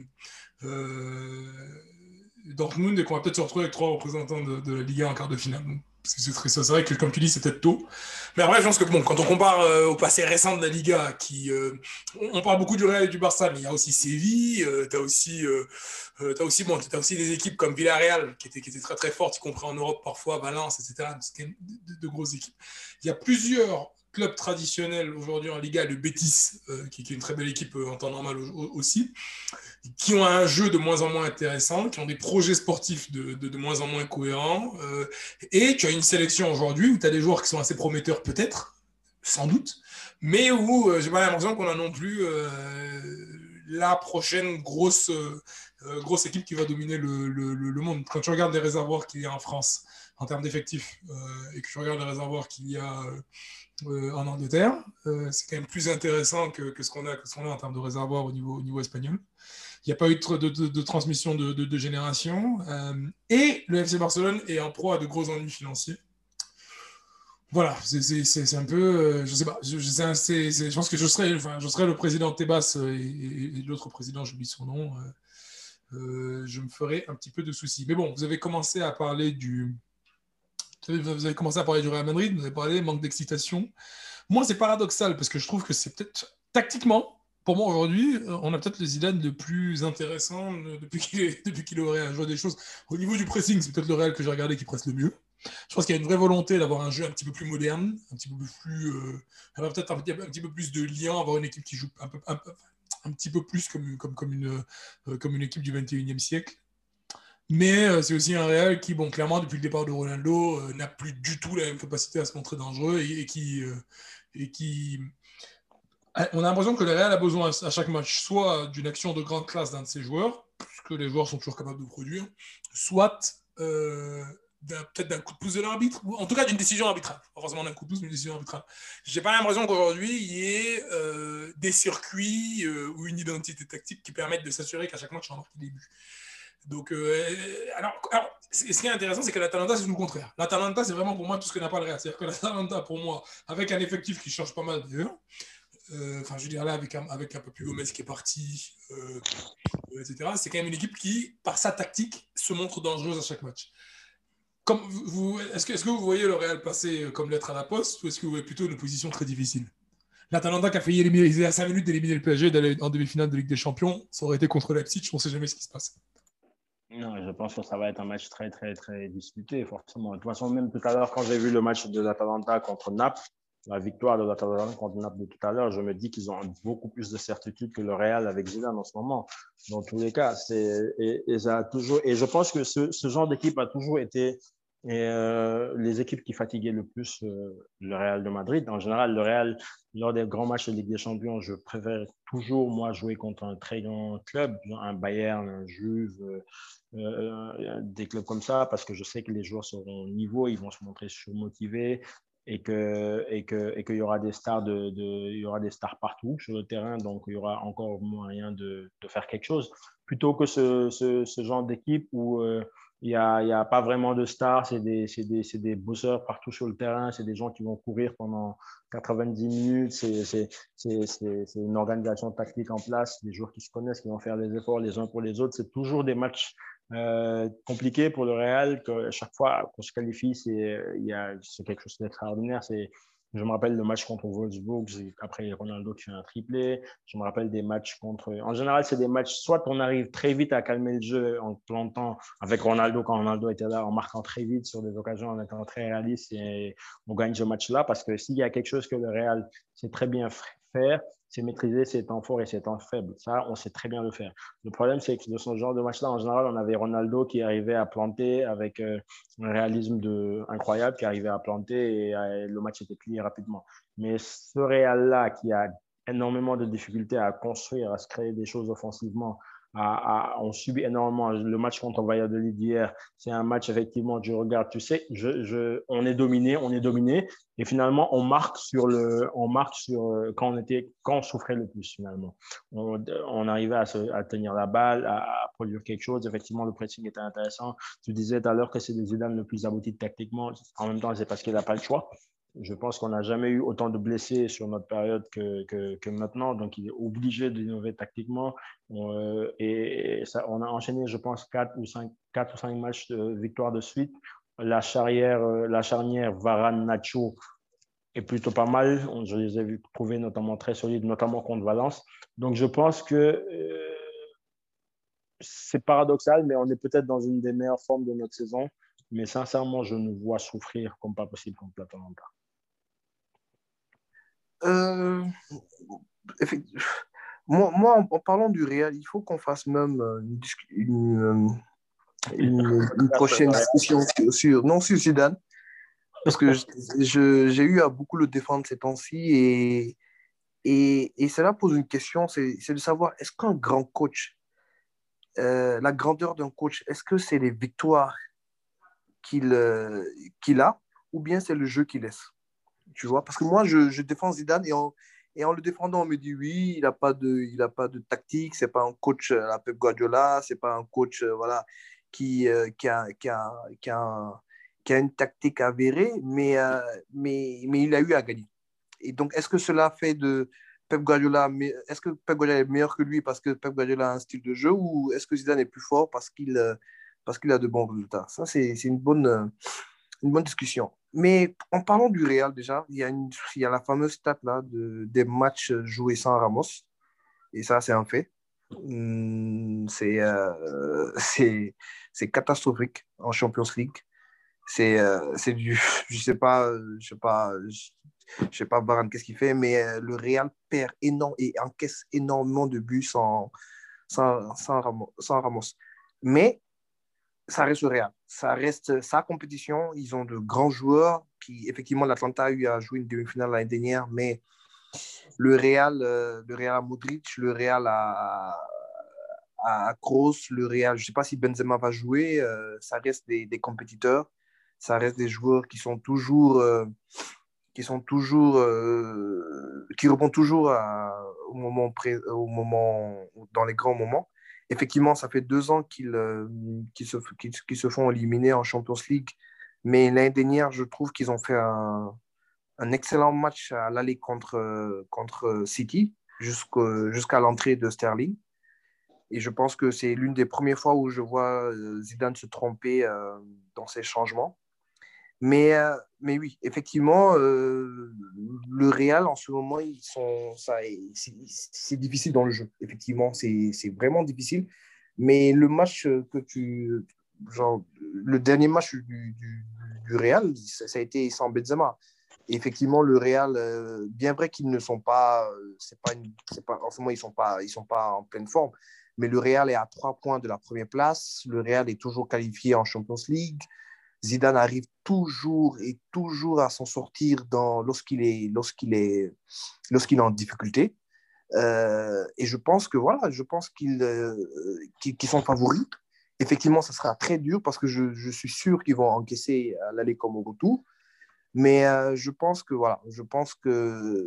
Dortmund et qu'on va peut-être se retrouver avec 3 représentants de la Ligue 1 en quart de finale. Donc, c'est vrai que, comme tu dis, c'est peut-être tôt. Mais après, je pense que bon, quand on compare au passé récent de la Liga, on parle beaucoup du Real et du Barça, mais il y a aussi Séville, tu as aussi des équipes comme Villarreal qui étaient très très fortes, y compris en Europe parfois, Valence, etc. C'était de grosses équipes. Il y a plusieurs clubs traditionnels aujourd'hui en Liga, le Betis, qui est une très belle équipe en temps normal aussi, qui ont un jeu de moins en moins intéressant, qui ont des projets sportifs de moins en moins cohérents. Et tu as une sélection aujourd'hui où tu as des joueurs qui sont assez prometteurs peut-être, sans doute, mais où j'ai pas l'impression qu'on a non plus la prochaine grosse équipe qui va dominer le monde. Quand tu regardes les réservoirs qu'il y a en France en termes d'effectifs et que tu regardes les réservoirs qu'il y a en Angleterre, c'est quand même plus intéressant que ce qu'on a en termes de réservoirs au niveau espagnol. Il n'y a pas eu de transmission de génération. Et le FC Barcelone est en proie à de gros ennuis financiers. Voilà, c'est un peu, je sais pas, je pense que je serais le président Tebas et l'autre président, j'oublie son nom, je me ferais un petit peu de soucis. Mais bon, vous avez commencé à parler du Real Madrid, vous avez parlé manque d'excitation. Moi, c'est paradoxal parce que je trouve que c'est peut-être tactiquement, pour moi aujourd'hui, on a peut-être le Zidane le plus intéressant depuis qu'il est au Real. Je vois des choses au niveau du pressing, c'est peut-être le Real que j'ai regardé qui presse le mieux. Je pense qu'il y a une vraie volonté d'avoir un jeu un petit peu plus moderne, un petit peu plus, avoir peut-être un petit peu plus de lien, avoir une équipe qui joue un petit peu plus comme une équipe du 21e siècle. Mais c'est aussi un Real qui, bon, clairement, depuis le départ de Ronaldo, n'a plus du tout la même capacité à se montrer dangereux et qui on a l'impression que le Real a besoin à chaque match soit d'une action de grande classe d'un de ses joueurs, puisque les joueurs sont toujours capables de produire, soit peut-être d'un coup de pouce de l'arbitre, ou en tout cas d'une décision arbitrale. Pas forcément d'un coup de pouce, mais d'une décision arbitrale. J'ai pas l'impression qu'aujourd'hui, il y ait des circuits ou une identité tactique qui permettent de s'assurer qu'à chaque match, on marque des buts. Donc, alors, ce qui est intéressant, c'est que l'Atalanta, c'est tout le contraire. L'Atalanta, c'est vraiment pour moi tout ce que n'a pas le Real. C'est-à-dire que l'Atalanta, pour moi, avec un effectif qui change pas mal d'ailleurs, enfin, je veux dire là, avec un Papu Gomez qui est parti, etc., c'est quand même une équipe qui, par sa tactique, se montre dangereuse à chaque match. Est-ce que vous voyez le Real passer comme lettre à la poste ou est-ce que vous voyez plutôt une position très difficile? L'Atalanta qui a failli éliminer, à 5 minutes d'éliminer le PSG d'aller en demi-finale de Ligue des Champions, ça aurait été contre Leipzig, on ne sait jamais ce qui se passe.
Non, je pense que ça va être un match très, très, très disputé, forcément. De toute façon, même tout à l'heure, quand j'ai vu le match de l'Atalanta contre Naples, la victoire de l'Atalanta contre Naples de tout à l'heure, je me dis qu'ils ont beaucoup plus de certitude que le Real avec Zidane en ce moment. Dans tous les cas, ça a toujours, et je pense que ce genre d'équipe a toujours été les équipes qui fatiguaient le plus le Real de Madrid. En général, le Real, lors des grands matchs de Ligue des Champions, je préfère toujours, moi, jouer contre un très grand club, un Bayern, un Juve, des clubs comme ça, parce que je sais que les joueurs seront au niveau, ils vont se montrer surmotivés et qu'il y aura des stars il y aura des stars partout sur le terrain, donc il y aura encore moyen de faire quelque chose, plutôt que ce genre d'équipe où il n'y a pas vraiment de stars, c'est des bosseurs partout sur le terrain, c'est des gens qui vont courir pendant 90 minutes, c'est une organisation tactique en place, des joueurs qui se connaissent, qui vont faire des efforts les uns pour les autres. C'est toujours des matchs compliqués pour le Real, que chaque fois qu'on se qualifie, c'est quelque chose d'extraordinaire. Je me rappelle le match contre Wolfsburg, après Ronaldo qui fait un triplé. Je me rappelle des matchs contre. En général, c'est des matchs, soit on arrive très vite à calmer le jeu en plantant avec Ronaldo, quand Ronaldo était là, en marquant très vite sur des occasions, en étant très réaliste et on gagne ce match-là. Parce que s'il y a quelque chose que le Real sait très bien faire, c'est maîtriser ses temps forts et ses temps faibles. Ça, on sait très bien le faire. Le problème, c'est que de ce genre de match-là, en général, on avait Ronaldo qui arrivait à planter avec un réalisme incroyable, qui arrivait à planter et le match était plié rapidement. Mais ce Real-là, qui a énormément de difficultés à construire, à se créer des choses offensivement, on subit énormément. Le match contre Valladolid d'hier, c'est un match, effectivement, tu regardes, tu sais, on est dominé, et finalement, on marque quand on souffrait le plus, finalement. On arrivait à tenir la balle, à produire quelque chose. Effectivement, le pressing était intéressant. Tu disais tout à l'heure que c'est le Zidane le plus abouti tactiquement. En même temps, c'est parce qu'il n'a pas le choix. Je pense qu'on n'a jamais eu autant de blessés sur notre période que maintenant. Donc, il est obligé d'innover tactiquement. Et ça, on a enchaîné, je pense, 4 ou 5 matchs de victoire de suite. La charnière Varane-Nacho est plutôt pas mal. Je les ai vus trouver notamment très solides, notamment contre Valence. Donc, je pense que c'est paradoxal, mais on est peut-être dans une des meilleures formes de notre saison. Mais sincèrement, je nous vois souffrir comme pas possible contre l'Atalanta.
Moi, en parlant du Real, il faut qu'on fasse même une prochaine discussion sur Zidane, parce que j'ai eu à beaucoup le défendre ces temps-ci, et cela pose une question, c'est de savoir, est-ce qu'un grand coach, la grandeur d'un coach, est-ce que c'est les victoires qu'il a, ou bien c'est le jeu qu'il laisse? Tu vois, parce que moi, je défends Zidane, Et en le défendant, on me dit oui, il a pas de tactique, c'est pas un coach à la Pep Guardiola, c'est pas un coach voilà, qui a une tactique avérée, mais il a eu à gagner. Et donc, est-ce que cela fait de Pep Guardiola, est-ce que Pep Guardiola est meilleur que lui parce que Pep Guardiola a un style de jeu ou est-ce que Zidane est plus fort parce qu'il a de bons résultats? Ça, c'est une bonne discussion. Mais en parlant du Real, déjà, il y a la fameuse stat là, des matchs joués sans Ramos. Et ça, c'est un fait. C'est catastrophique en Champions League. C'est du, je sais pas Varane qu'est-ce qu'il fait, mais le Real perd énorme et encaisse énormément de buts sans Ramos. Mais ça reste le Real. Ça reste sa compétition. Ils ont de grands joueurs qui, effectivement, l'Atlanta a eu à jouer une demi-finale l'année dernière, mais le Real à Modric, le Real à Kroos, le Real, je ne sais pas si Benzema va jouer, ça reste des compétiteurs, ça reste des joueurs qui répondent toujours dans les grands moments. Effectivement, ça fait 2 ans qu'ils se font éliminer en Champions League, mais l'année dernière, je trouve qu'ils ont fait un excellent match à l'aller contre City jusqu'à l'entrée de Sterling. Et je pense que c'est l'une des premières fois où je vois Zidane se tromper dans ses changements. Mais oui, effectivement, le Real, en ce moment, c'est difficile dans le jeu. Effectivement, c'est vraiment difficile. Mais le match genre, le dernier match du Real, ça a été sans Benzema. Et effectivement, le Real, bien vrai qu'ils ne sont pas, en ce moment, ils sont pas en pleine forme. Mais le Real est à 3 points de la première place. Le Real est toujours qualifié en Champions League. Zidane arrive toujours et toujours à s'en sortir lorsqu'il est en difficulté. Et je pense que voilà, je pense qu'ils sont favoris. Effectivement, ça sera très dur parce que je suis sûr qu'ils vont encaisser à l'aller comme au retour. Mais je pense que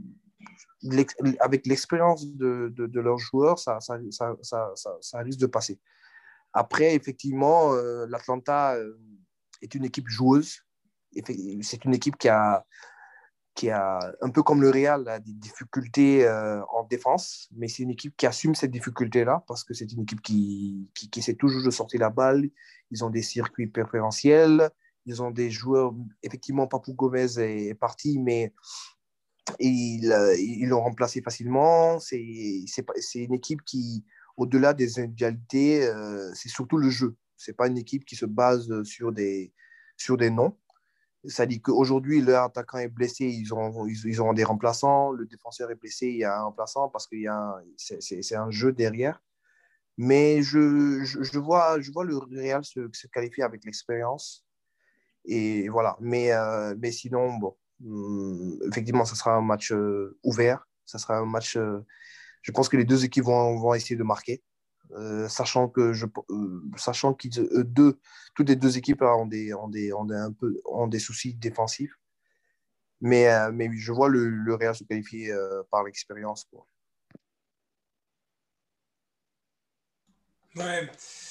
avec l'expérience de leurs joueurs, ça risque de passer. Après, effectivement, l'Atlanta est une équipe joueuse. C'est une équipe qui a, un peu comme le Real, a des difficultés en défense, mais c'est une équipe qui assume cette difficulté-là parce que c'est une équipe qui essaie toujours de sortir la balle. Ils ont des circuits préférentiels. Ils ont des joueurs, effectivement, Papou Gomez est parti, mais ils l'ont remplacé facilement. C'est une équipe qui, au-delà des individualités, c'est surtout le jeu. Ce n'est pas une équipe qui se base sur des noms. Ça dit qu'aujourd'hui, leur attaquant est blessé, ils auront des remplaçants. Le défenseur est blessé, il y a un remplaçant parce que c'est un jeu derrière. Mais je vois le Real se qualifier avec l'expérience. Et voilà. Mais sinon, bon, effectivement, ça sera un match ouvert. Ça sera un match. Je pense que les deux équipes vont essayer de marquer. Sachant toutes les deux équipes ont des soucis défensifs. Mais oui, je vois le Real se qualifier par l'expérience, quoi.
Ouais,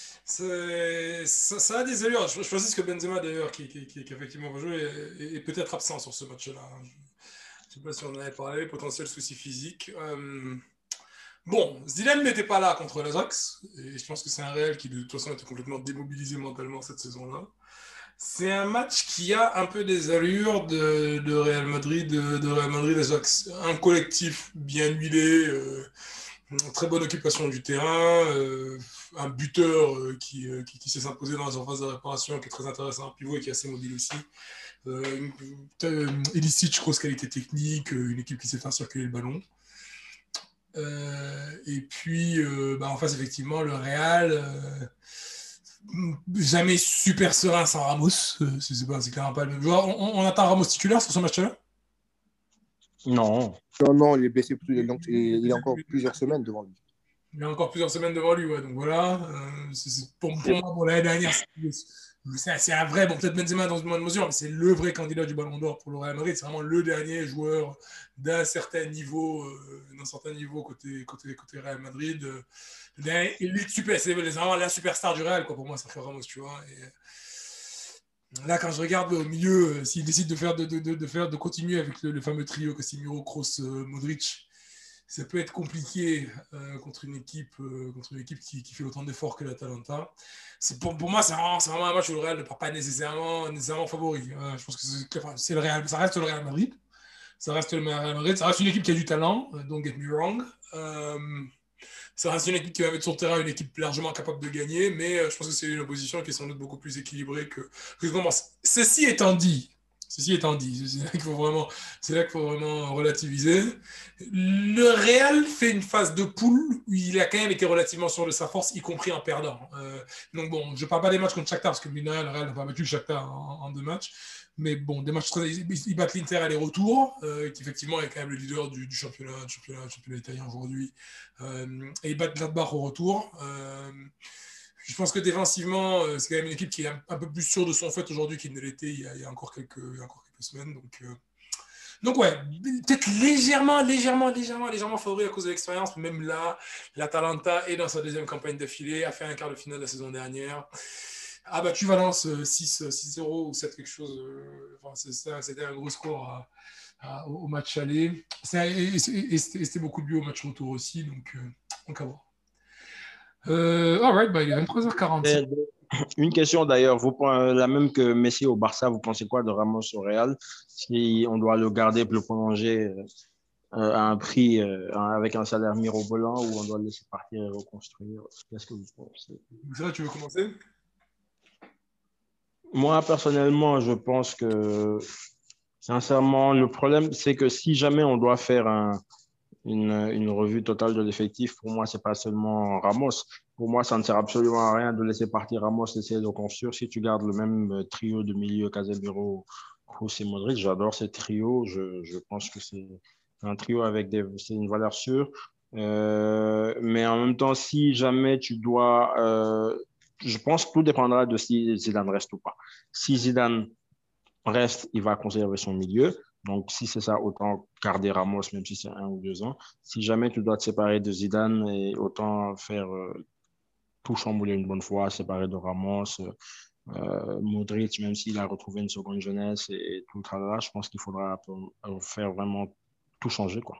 ça a des allures. Je choisis que Benzema, d'ailleurs, qui effectivement va jouer, est peut-être absent sur ce match-là. Je ne sais pas si on en avait parlé, potentiel souci physique. Bon, Zidane n'était pas là contre l'Ajax, et je pense que c'est un Real qui, de toute façon, était complètement démobilisé mentalement cette saison-là. C'est un match qui a un peu des allures de Real Madrid, de Real Madrid-Ajax. Un collectif bien huilé, très bonne occupation du terrain, un buteur qui sait s'imposer dans la surface de réparation, qui est très intéressant, un pivot et qui est assez mobile aussi. Ilicic, grosse qualité technique, une équipe qui sait faire circuler le ballon. Et puis, en face, effectivement, le Real, jamais super serein sans Ramos. C'est clairement pas le même joueur. On attend Ramos titulaire sur ce match-là?
Non.
Non, il est blessé, il a encore plusieurs semaines devant lui.
Il y a encore plusieurs semaines devant lui, ouais. Donc voilà. Pour moi, l'année dernière, c'est un vrai, bon, peut-être Benzema dans une moindre mesure, mais c'est le vrai candidat du Ballon d'Or pour le Real Madrid. C'est vraiment le dernier joueur d'un certain niveau, côté Real Madrid. Élite super, c'est vraiment la superstar du Real, quoi, pour moi, Sergio Ramos, tu vois. Là, quand je regarde au milieu, s'il décide de continuer avec le fameux trio Casemiro, Kroos, Modric, ça peut être compliqué contre une équipe qui fait autant d'efforts que l'Atalanta. Pour moi, c'est vraiment un match où le Real ne part pas nécessairement favori. Je pense que c'est le Real, ça reste le Real Madrid. Ça reste le Real Madrid. Ça reste une équipe qui a du talent, don't get me wrong. Ça reste une équipe qui va mettre sur le terrain une équipe largement capable de gagner, mais je pense que c'est une opposition qui est sans doute beaucoup plus équilibrée que comment. Ceci étant dit, c'est là qu'il faut vraiment relativiser. Le Real fait une phase de poule où il a quand même été relativement sûr de sa force, y compris en perdant. Donc bon, je ne parle pas des matchs contre Shakhtar, parce que le Real n'a pas battu le Shakhtar en 2 matchs. Mais bon, des matchs très. Ils battent l'Inter aller-retour, qui effectivement est quand même le leader du championnat italien aujourd'hui. Et ils battent Gladbach au retour. Je pense que défensivement, c'est quand même une équipe qui est un peu plus sûre de son fait aujourd'hui qu'il ne l'était il y a encore quelques semaines. Donc ouais, peut-être légèrement favori à cause de l'expérience. Même là, l'Atalanta est dans sa deuxième campagne d'affilée, a fait un quart de finale la saison dernière. A battu Valence 6-0 ou 7 quelque chose. C'était un gros score au match aller. Et c'était beaucoup de buts au match retour aussi. Donc à voir. All right, il est 23h45.
Une question d'ailleurs, la même que Messi au Barça, vous pensez quoi de Ramos au Real? Si on doit le garder pour le prolonger à un prix avec un salaire mirobolant ou on doit le laisser partir et reconstruire? Qu'est-ce que vous pensez?
Ça, tu veux commencer?
Moi, personnellement, je pense que, sincèrement, le problème, c'est que si jamais on doit faire une revue totale de l'effectif, pour moi, c'est pas seulement Ramos. Pour moi, ça ne sert absolument à rien de laisser partir Ramos, essayer de construire. Si tu gardes le même trio de milieu, Casemiro, Kroos et Modric, j'adore ce trio. Je pense que c'est un trio c'est une valeur sûre. Mais en même temps, si jamais tu dois, je pense que tout dépendra de si Zidane reste ou pas. Si Zidane reste, il va conserver son milieu. Donc, si c'est ça, autant garder Ramos, même si c'est 1 ou 2 ans. Si jamais tu dois te séparer de Zidane, et autant faire tout chambouler une bonne fois, séparer de Ramos, Modric, même s'il a retrouvé une seconde jeunesse et tout le tralala, je pense qu'il faudra faire vraiment tout changer, quoi.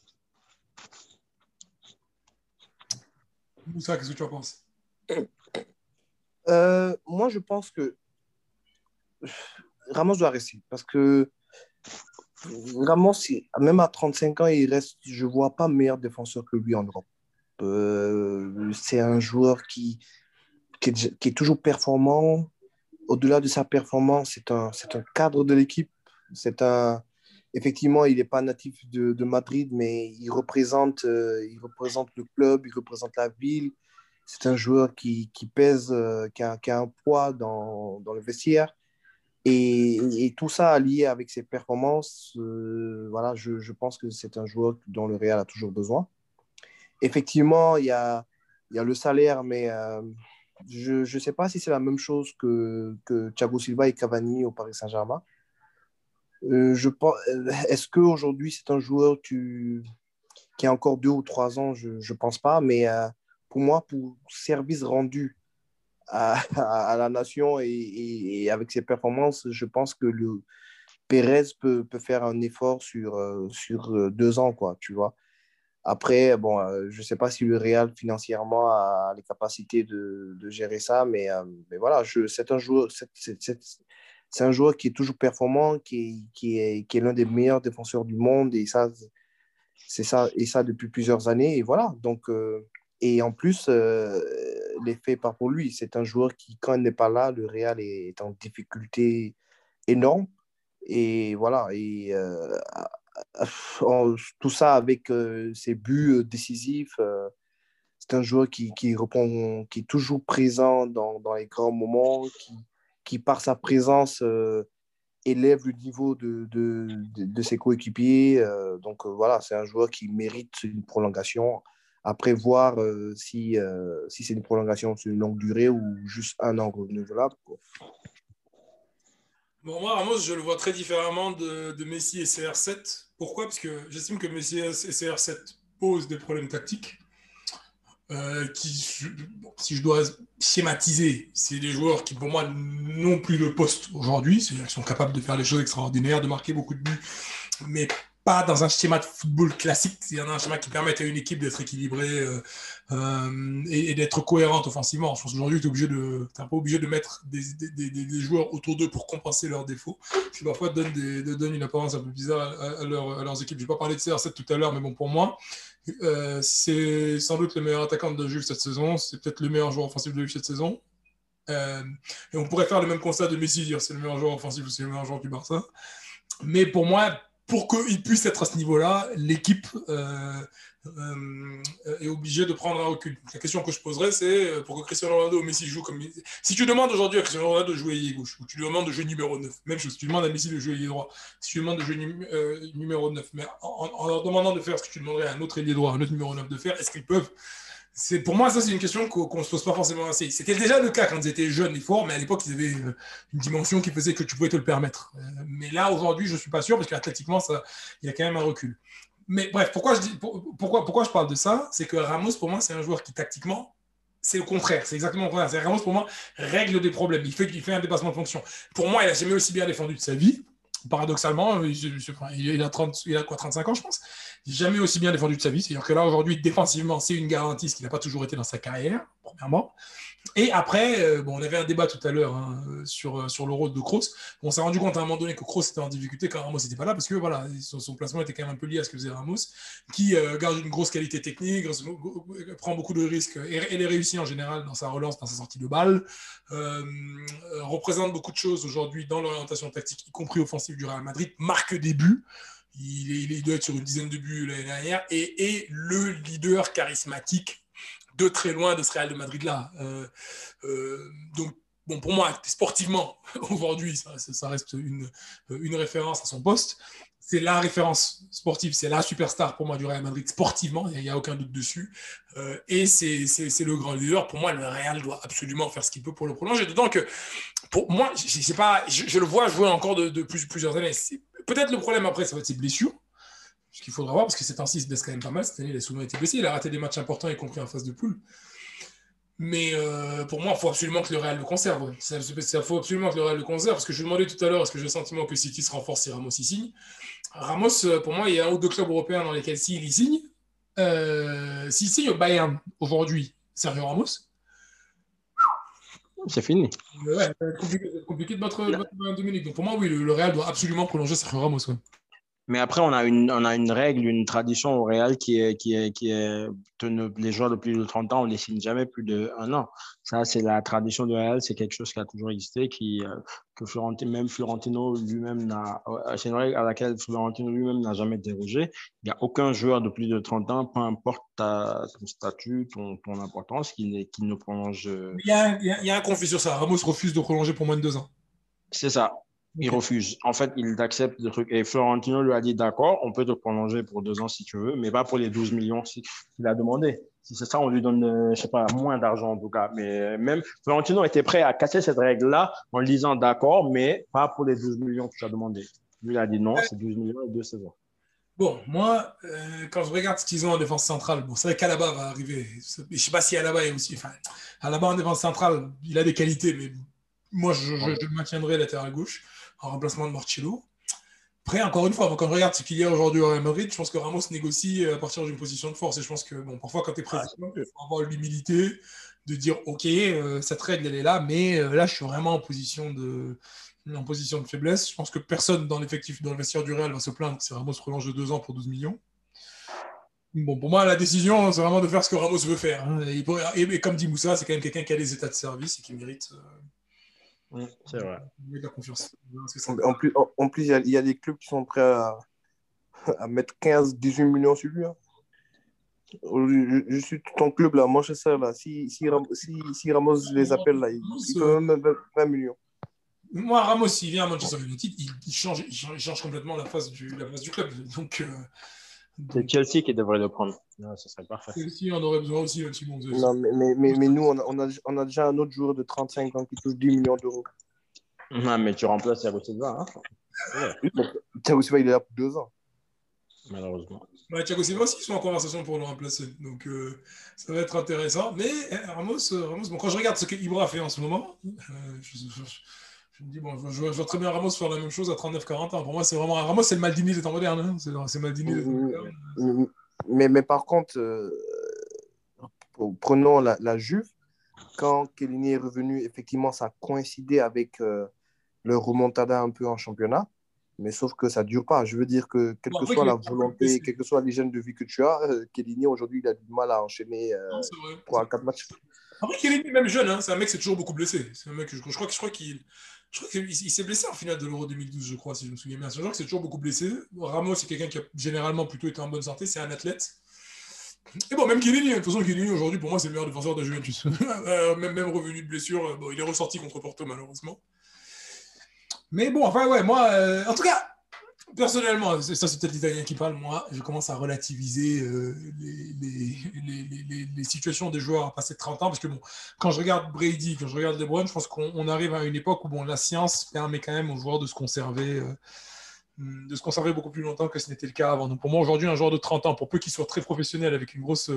Moussa, qu'est-ce que tu en penses?
Moi, je pense que Ramos doit rester parce que Ramos, même à 35 ans, il reste, je ne vois pas meilleur défenseur que lui en Europe. C'est un joueur qui est toujours performant. Au-delà de sa performance, c'est un cadre de l'équipe. Effectivement, il n'est pas natif de Madrid, mais il représente le club, il représente la ville. C'est un joueur qui pèse, qui a un poids dans le vestiaire. Et tout ça allié avec ses performances, voilà, je pense que c'est un joueur dont le Real a toujours besoin. Effectivement, il y a le salaire, mais je ne sais pas si c'est la même chose que Thiago Silva et Cavani au Paris Saint-Germain. Est-ce qu'aujourd'hui, c'est un joueur qui a encore 2 ou 3 ans? Je ne pense pas, mais pour moi, pour service rendu à la nation et avec ses performances, je pense que le Pérez peut faire un effort sur 2 ans, quoi, tu vois. Après, bon, je ne sais pas si le Real financièrement a les capacités de gérer ça, mais voilà, c'est un joueur qui est toujours performant, qui est l'un des meilleurs défenseurs du monde, et ça, c'est ça, et ça depuis plusieurs années, et voilà. Donc, et en plus, l'effet part pour lui. C'est un joueur qui, quand il n'est pas là, le Real est en difficulté énorme, et voilà. Et tout ça avec ses buts décisifs. C'est un joueur qui est toujours présent dans les grands moments, qui par sa présence, élève le niveau de ses coéquipiers. Donc voilà, c'est un joueur qui mérite une prolongation Après, voir si c'est une prolongation sur une longue durée ou juste un an renouvelable, quoi.
Bon, moi, Ramos, je le vois très différemment de Messi et CR7. Pourquoi? Parce que j'estime que Messi et CR7 posent des problèmes tactiques. Bon, si je dois schématiser, c'est des joueurs qui, pour moi, n'ont plus de poste aujourd'hui. C'est-à-dire qu'ils sont capables de faire des choses extraordinaires, de marquer beaucoup de buts, mais pas dans un schéma de football classique. C'est un schéma qui permet à une équipe d'être équilibrée et d'être cohérente offensivement. Je pense qu'aujourd'hui, tu n'es pas obligé de mettre des joueurs autour d'eux pour compenser leurs défauts, qui parfois donnent une apparence un peu bizarre à leurs équipes. Je vais pas parler de CR7 tout à l'heure, mais bon, pour moi, c'est sans doute le meilleur attaquant de Juve cette saison. C'est peut-être le meilleur joueur offensif de Juve cette saison. Et on pourrait faire le même constat de Messi, dire c'est le meilleur joueur offensif ou c'est le meilleur joueur du Barça. Mais pour moi, pour qu'il puisse être à ce niveau-là, l'équipe est obligée de prendre un recul. La question que je poserais, c'est pour que Cristiano Ronaldo ou Messi jouent comme... Si tu demandes aujourd'hui à Cristiano Ronaldo de jouer ailier gauche, ou tu lui demandes de jouer numéro 9, même chose, si tu demandes à Messi de jouer ailier droit, si tu lui demandes de jouer numéro 9, mais en leur demandant de faire ce que tu demanderais à un autre ailier droit, un autre numéro 9 de faire, est-ce qu'ils peuvent? Pour moi, ça, c'est une question qu'on ne se pose pas forcément assez. C'était déjà le cas quand ils étaient jeunes et forts, mais à l'époque, ils avaient une dimension qui faisait que tu pouvais te le permettre. Mais là, aujourd'hui, je ne suis pas sûr, parce qu'athlétiquement, il y a quand même un recul. Mais bref, pourquoi je parle de ça? C'est que Ramos, pour moi, c'est un joueur qui, tactiquement, c'est le contraire. C'est exactement le contraire. Ramos, pour moi, règle des problèmes. Il fait un dépassement de fonction. Pour moi, il n'a jamais aussi bien défendu de sa vie. Paradoxalement, il a 35 ans, je pense. Il n'a jamais aussi bien défendu de sa vie. C'est-à-dire que là, aujourd'hui, défensivement, c'est une garantie, ce qu'il n'a pas toujours été dans sa carrière, premièrement. Et après, on avait un débat tout à l'heure sur le rôle de Kroos. On s'est rendu compte à un moment donné que Kroos était en difficulté quand Ramos n'était pas là, parce que voilà, son placement était quand même un peu lié à ce que faisait Ramos, qui garde une grosse qualité technique, prend beaucoup de risques et les réussit en général dans sa relance, dans sa sortie de balle, représente beaucoup de choses aujourd'hui dans l'orientation tactique, y compris offensive du Real Madrid, marque des buts. Il doit être sur une dizaine de buts l'année dernière et le leader charismatique de très loin de ce Real de Madrid-là. Donc, bon, pour moi, sportivement, aujourd'hui, ça reste une référence à son poste. C'est la référence sportive, c'est la superstar pour moi du Real Madrid sportivement, il n'y a aucun doute dessus. Et c'est le grand leader. Pour moi, le Real doit absolument faire ce qu'il peut pour le prolonger. D'autant que, pour moi, je le vois jouer encore de plusieurs années. Peut-être le problème après, ça va être ses blessures. Ce qu'il faudra voir, parce que ces temps-ci, il se blesse quand même pas mal. Cette année, il a souvent été blessé. Il a raté des matchs importants, y compris en phase de poule. Mais pour moi, il faut absolument que le Real le conserve. Il faut absolument que le Real le conserve, parce que je demandais tout à l'heure, est-ce que j'ai le sentiment que City se renforce si Ramos y signe? Ramos, pour moi, il y a un ou deux clubs européens dans lesquels s'il y signe, s'il signe au Bayern aujourd'hui, Sergio Ramos,
c'est fini.
Ouais, c'est compliqué de battre Bayern Dominique. Donc pour moi, oui, le Real doit absolument prolonger Sergio Ramos. Ouais.
Mais après, on a une règle, une tradition au Real qui est les joueurs de plus de 30 ans, on ne les signe jamais plus d'un an. Ça, c'est la tradition du Real, c'est quelque chose qui a toujours existé, que Florentino lui-même c'est une règle à laquelle Florentino lui-même n'a jamais dérogé. Il n'y a aucun joueur de plus de 30 ans, peu importe ton statut, ton importance, qui ne prolonge.
Il y a un conflit sur ça. Ramos refuse de prolonger pour moins de 2 ans.
C'est ça. Il refuse. En fait, il accepte le truc. Et Florentino lui a dit, d'accord, on peut te prolonger pour 2 ans si tu veux, mais pas pour les 12 millions qu'il a demandé. Si c'est ça, on lui donne, je ne sais pas, moins d'argent en tout cas. Mais même Florentino était prêt à casser cette règle-là en disant, d'accord, mais pas pour les 12 millions que tu as demandé. Lui, il a dit non, c'est 12 millions et 2 saisons.
Bon, moi, quand je regarde ce qu'ils ont en défense centrale, bon, c'est vrai qu'Alaba va arriver. Je ne sais pas si Alaba est aussi... Enfin, Alaba en défense centrale, il a des qualités, mais moi, je le maintiendrai latéral gauche en remplacement de Marcelo. Après, encore une fois, quand on regarde ce qu'il y a aujourd'hui au Real Madrid, je pense que Ramos négocie à partir d'une position de force. Et je pense que, bon, parfois, quand tu es président, il faut avoir l'humilité de dire, OK, cette règle, elle est là, mais là, je suis vraiment en position de faiblesse. Je pense que personne dans l'effectif, dans le vestiaire du Real va se plaindre si Ramos prolonge de 2 ans pour 12 millions. Bon, pour moi, la décision, c'est vraiment de faire ce que Ramos veut faire. Hein. Et comme dit Moussa, c'est quand même quelqu'un qui a des états de service et qui mérite...
c'est vrai.
La confiance.
En plus, il y a des clubs qui sont prêts à mettre 15-18 millions sur lui. Hein. Je suis ton club, là, Manchester, là. Si Ramos les appelle, là, il peut même mettre 20 millions.
Moi, Ramos, s'il vient à Manchester United, il change complètement la face du club. Donc,
C'est Chelsea qui devrait le prendre. Non, ce serait parfait.
Chelsea en aurait besoin aussi, un petit bon.
Non, mais nous, on a déjà un autre joueur de 35 ans qui touche 10 millions d'euros.
Non, mais tu remplaces Thiago Silva. Hein? Ouais.
Thiago Silva, il est là pour 2 ans.
Malheureusement.
Ouais, Thiago Silva aussi, ils sont en conversation pour le remplacer. Donc, ça va être intéressant. Mais Ramos bon, quand je regarde ce que Ibra fait en ce moment, je me dis, bon, je vois très bien Ramos faire la même chose à 39-40 ans. Pour moi, c'est vraiment. Ramos, c'est le Maldini des temps modernes. Hein. C'est Maldini des temps modernes.
Mais par contre, prenons la Juve. Quand Chiellini est revenu, effectivement, ça a coïncidé avec le remontada un peu en championnat. Mais sauf que ça ne dure pas. Je veux dire que, quelle que soit la volonté, quelle que soit l'hygiène de vie que tu as, Chiellini, aujourd'hui, il a du mal à enchaîner 3 à 4 matchs.
Après, Chiellini, même jeune, hein, c'est un mec qui s'est toujours beaucoup blessé. C'est un mec, je crois qu'il s'est blessé en finale de l'Euro 2012, je crois, si je me souviens bien. C'est un joueur qui s'est toujours beaucoup blessé. Ramos, c'est quelqu'un qui a généralement plutôt été en bonne santé. C'est un athlète. Et bon, même Chiellini, de toute façon, Chiellini, aujourd'hui, pour moi, c'est le meilleur défenseur de Juventus. Même revenu de blessure, bon, il est ressorti contre Porto, malheureusement. Mais bon, enfin, ouais, moi, en tout cas, personnellement, ça c'est peut-être l'Italien qui parle, moi, je commence à relativiser les situations des joueurs à passer de 30 ans, parce que bon, quand je regarde Brady, quand je regarde LeBron, je pense qu'on arrive à une époque où bon, la science permet quand même aux joueurs de se conserver beaucoup plus longtemps que ce n'était le cas avant. Donc pour moi, aujourd'hui, un joueur de 30 ans, pour peu qu'il soit très professionnel avec une grosse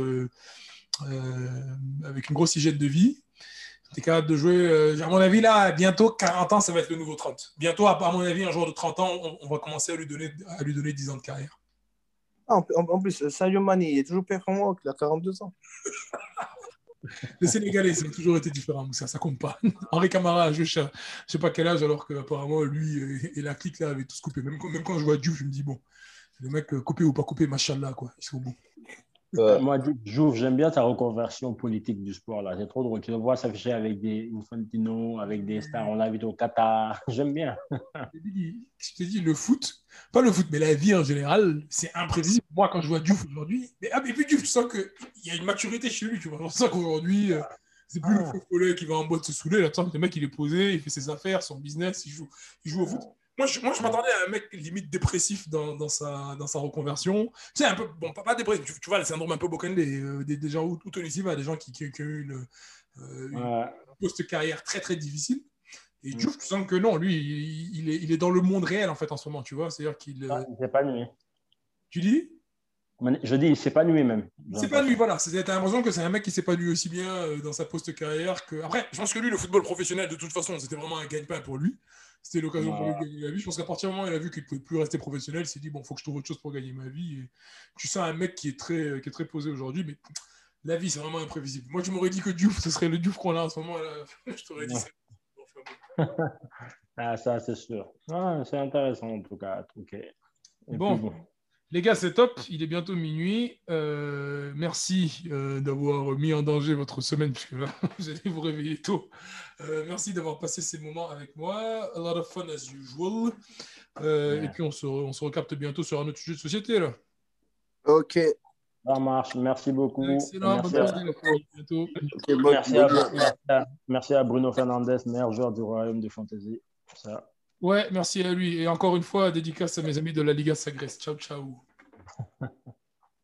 hygiène de vie, tu es capable de jouer, à mon avis, là, bientôt, 40 ans, ça va être le nouveau 30. Bientôt, à mon avis, un joueur de 30 ans, on va commencer à lui donner 10 ans de carrière.
En plus, Sadio Mané, il est toujours performant, il a 42 ans.
Les Sénégalais, ça a toujours été différent, ça compte pas. Henri Camara, je sais pas quel âge, alors qu'apparemment, lui et la clique là avaient tous coupé. Même quand je vois Diouf, je me dis, bon, les mecs, coupés ou pas coupés, machallah, quoi, ils sont bons.
Moi, Diouf, j'aime bien ta reconversion politique du sport. Là. C'est trop drôle. Tu le vois s'afficher avec des Infantino, avec des stars. On l'a vu au Qatar. J'aime bien.
Je t'ai dit, le foot, pas le foot, mais la vie en général, c'est imprévisible. Moi, quand je vois Diouf aujourd'hui, et puis Diouf, tu sens qu'il y a une maturité chez lui. Tu vois. On sent qu'aujourd'hui, c'est plus le faux follet qui va en boîte se saouler. Là, tu sens que le mec, il est posé, il fait ses affaires, son business, il joue au foot. Moi, je m'attendais à un mec limite dépressif dans sa reconversion. Tu sais, un peu, bon, pas dépressif, tu vois, le syndrome un peu Bokande, des gens où Tony Silva, des gens qui ont eu une post-carrière très, très difficile. Et Diouf, tu sens que non, lui, il est dans le monde réel, en fait, en ce moment, tu vois. C'est-à-dire qu'il...
il s'est pas nuit.
Tu dis ?
Je dis, il s'est pas nuit même.
C'est pas lui, voilà. T'as l'impression que c'est un mec qui s'est pas lui aussi bien dans sa post-carrière que... Après, je pense que lui, le football professionnel, de toute façon, c'était vraiment un gagne-pain pour lui. C'était l'occasion pour lui de gagner la vie. Je pense qu'à partir du moment où il a vu qu'il ne pouvait plus rester professionnel, il s'est dit, bon, il faut que je trouve autre chose pour gagner ma vie. Et tu sens un mec qui est très posé aujourd'hui, mais la vie, c'est vraiment imprévisible. Moi, tu m'aurais dit que Diouf, ce serait le Diouf qu'on a en ce moment. Là. Je t'aurais dit ça.
Ah, ça, c'est sûr. Ah, c'est intéressant, en tout cas. Okay.
Bon. Les gars, c'est top. Il est bientôt minuit. Merci d'avoir mis en danger votre semaine, puisque là, vous allez vous réveiller tôt. Merci d'avoir passé ces moments avec moi. A lot of fun as usual. Et puis, on se recapte bientôt sur un autre sujet de société. Là.
Ok.
Ça marche. Merci beaucoup.
Excellent.
Bientôt. Merci à Bruno Fernandes, meilleur joueur du Royaume de Fantasy. Ça.
Ouais, merci à lui. Et encore une fois, dédicace à mes amis de la Liga Sagres. Ciao, ciao.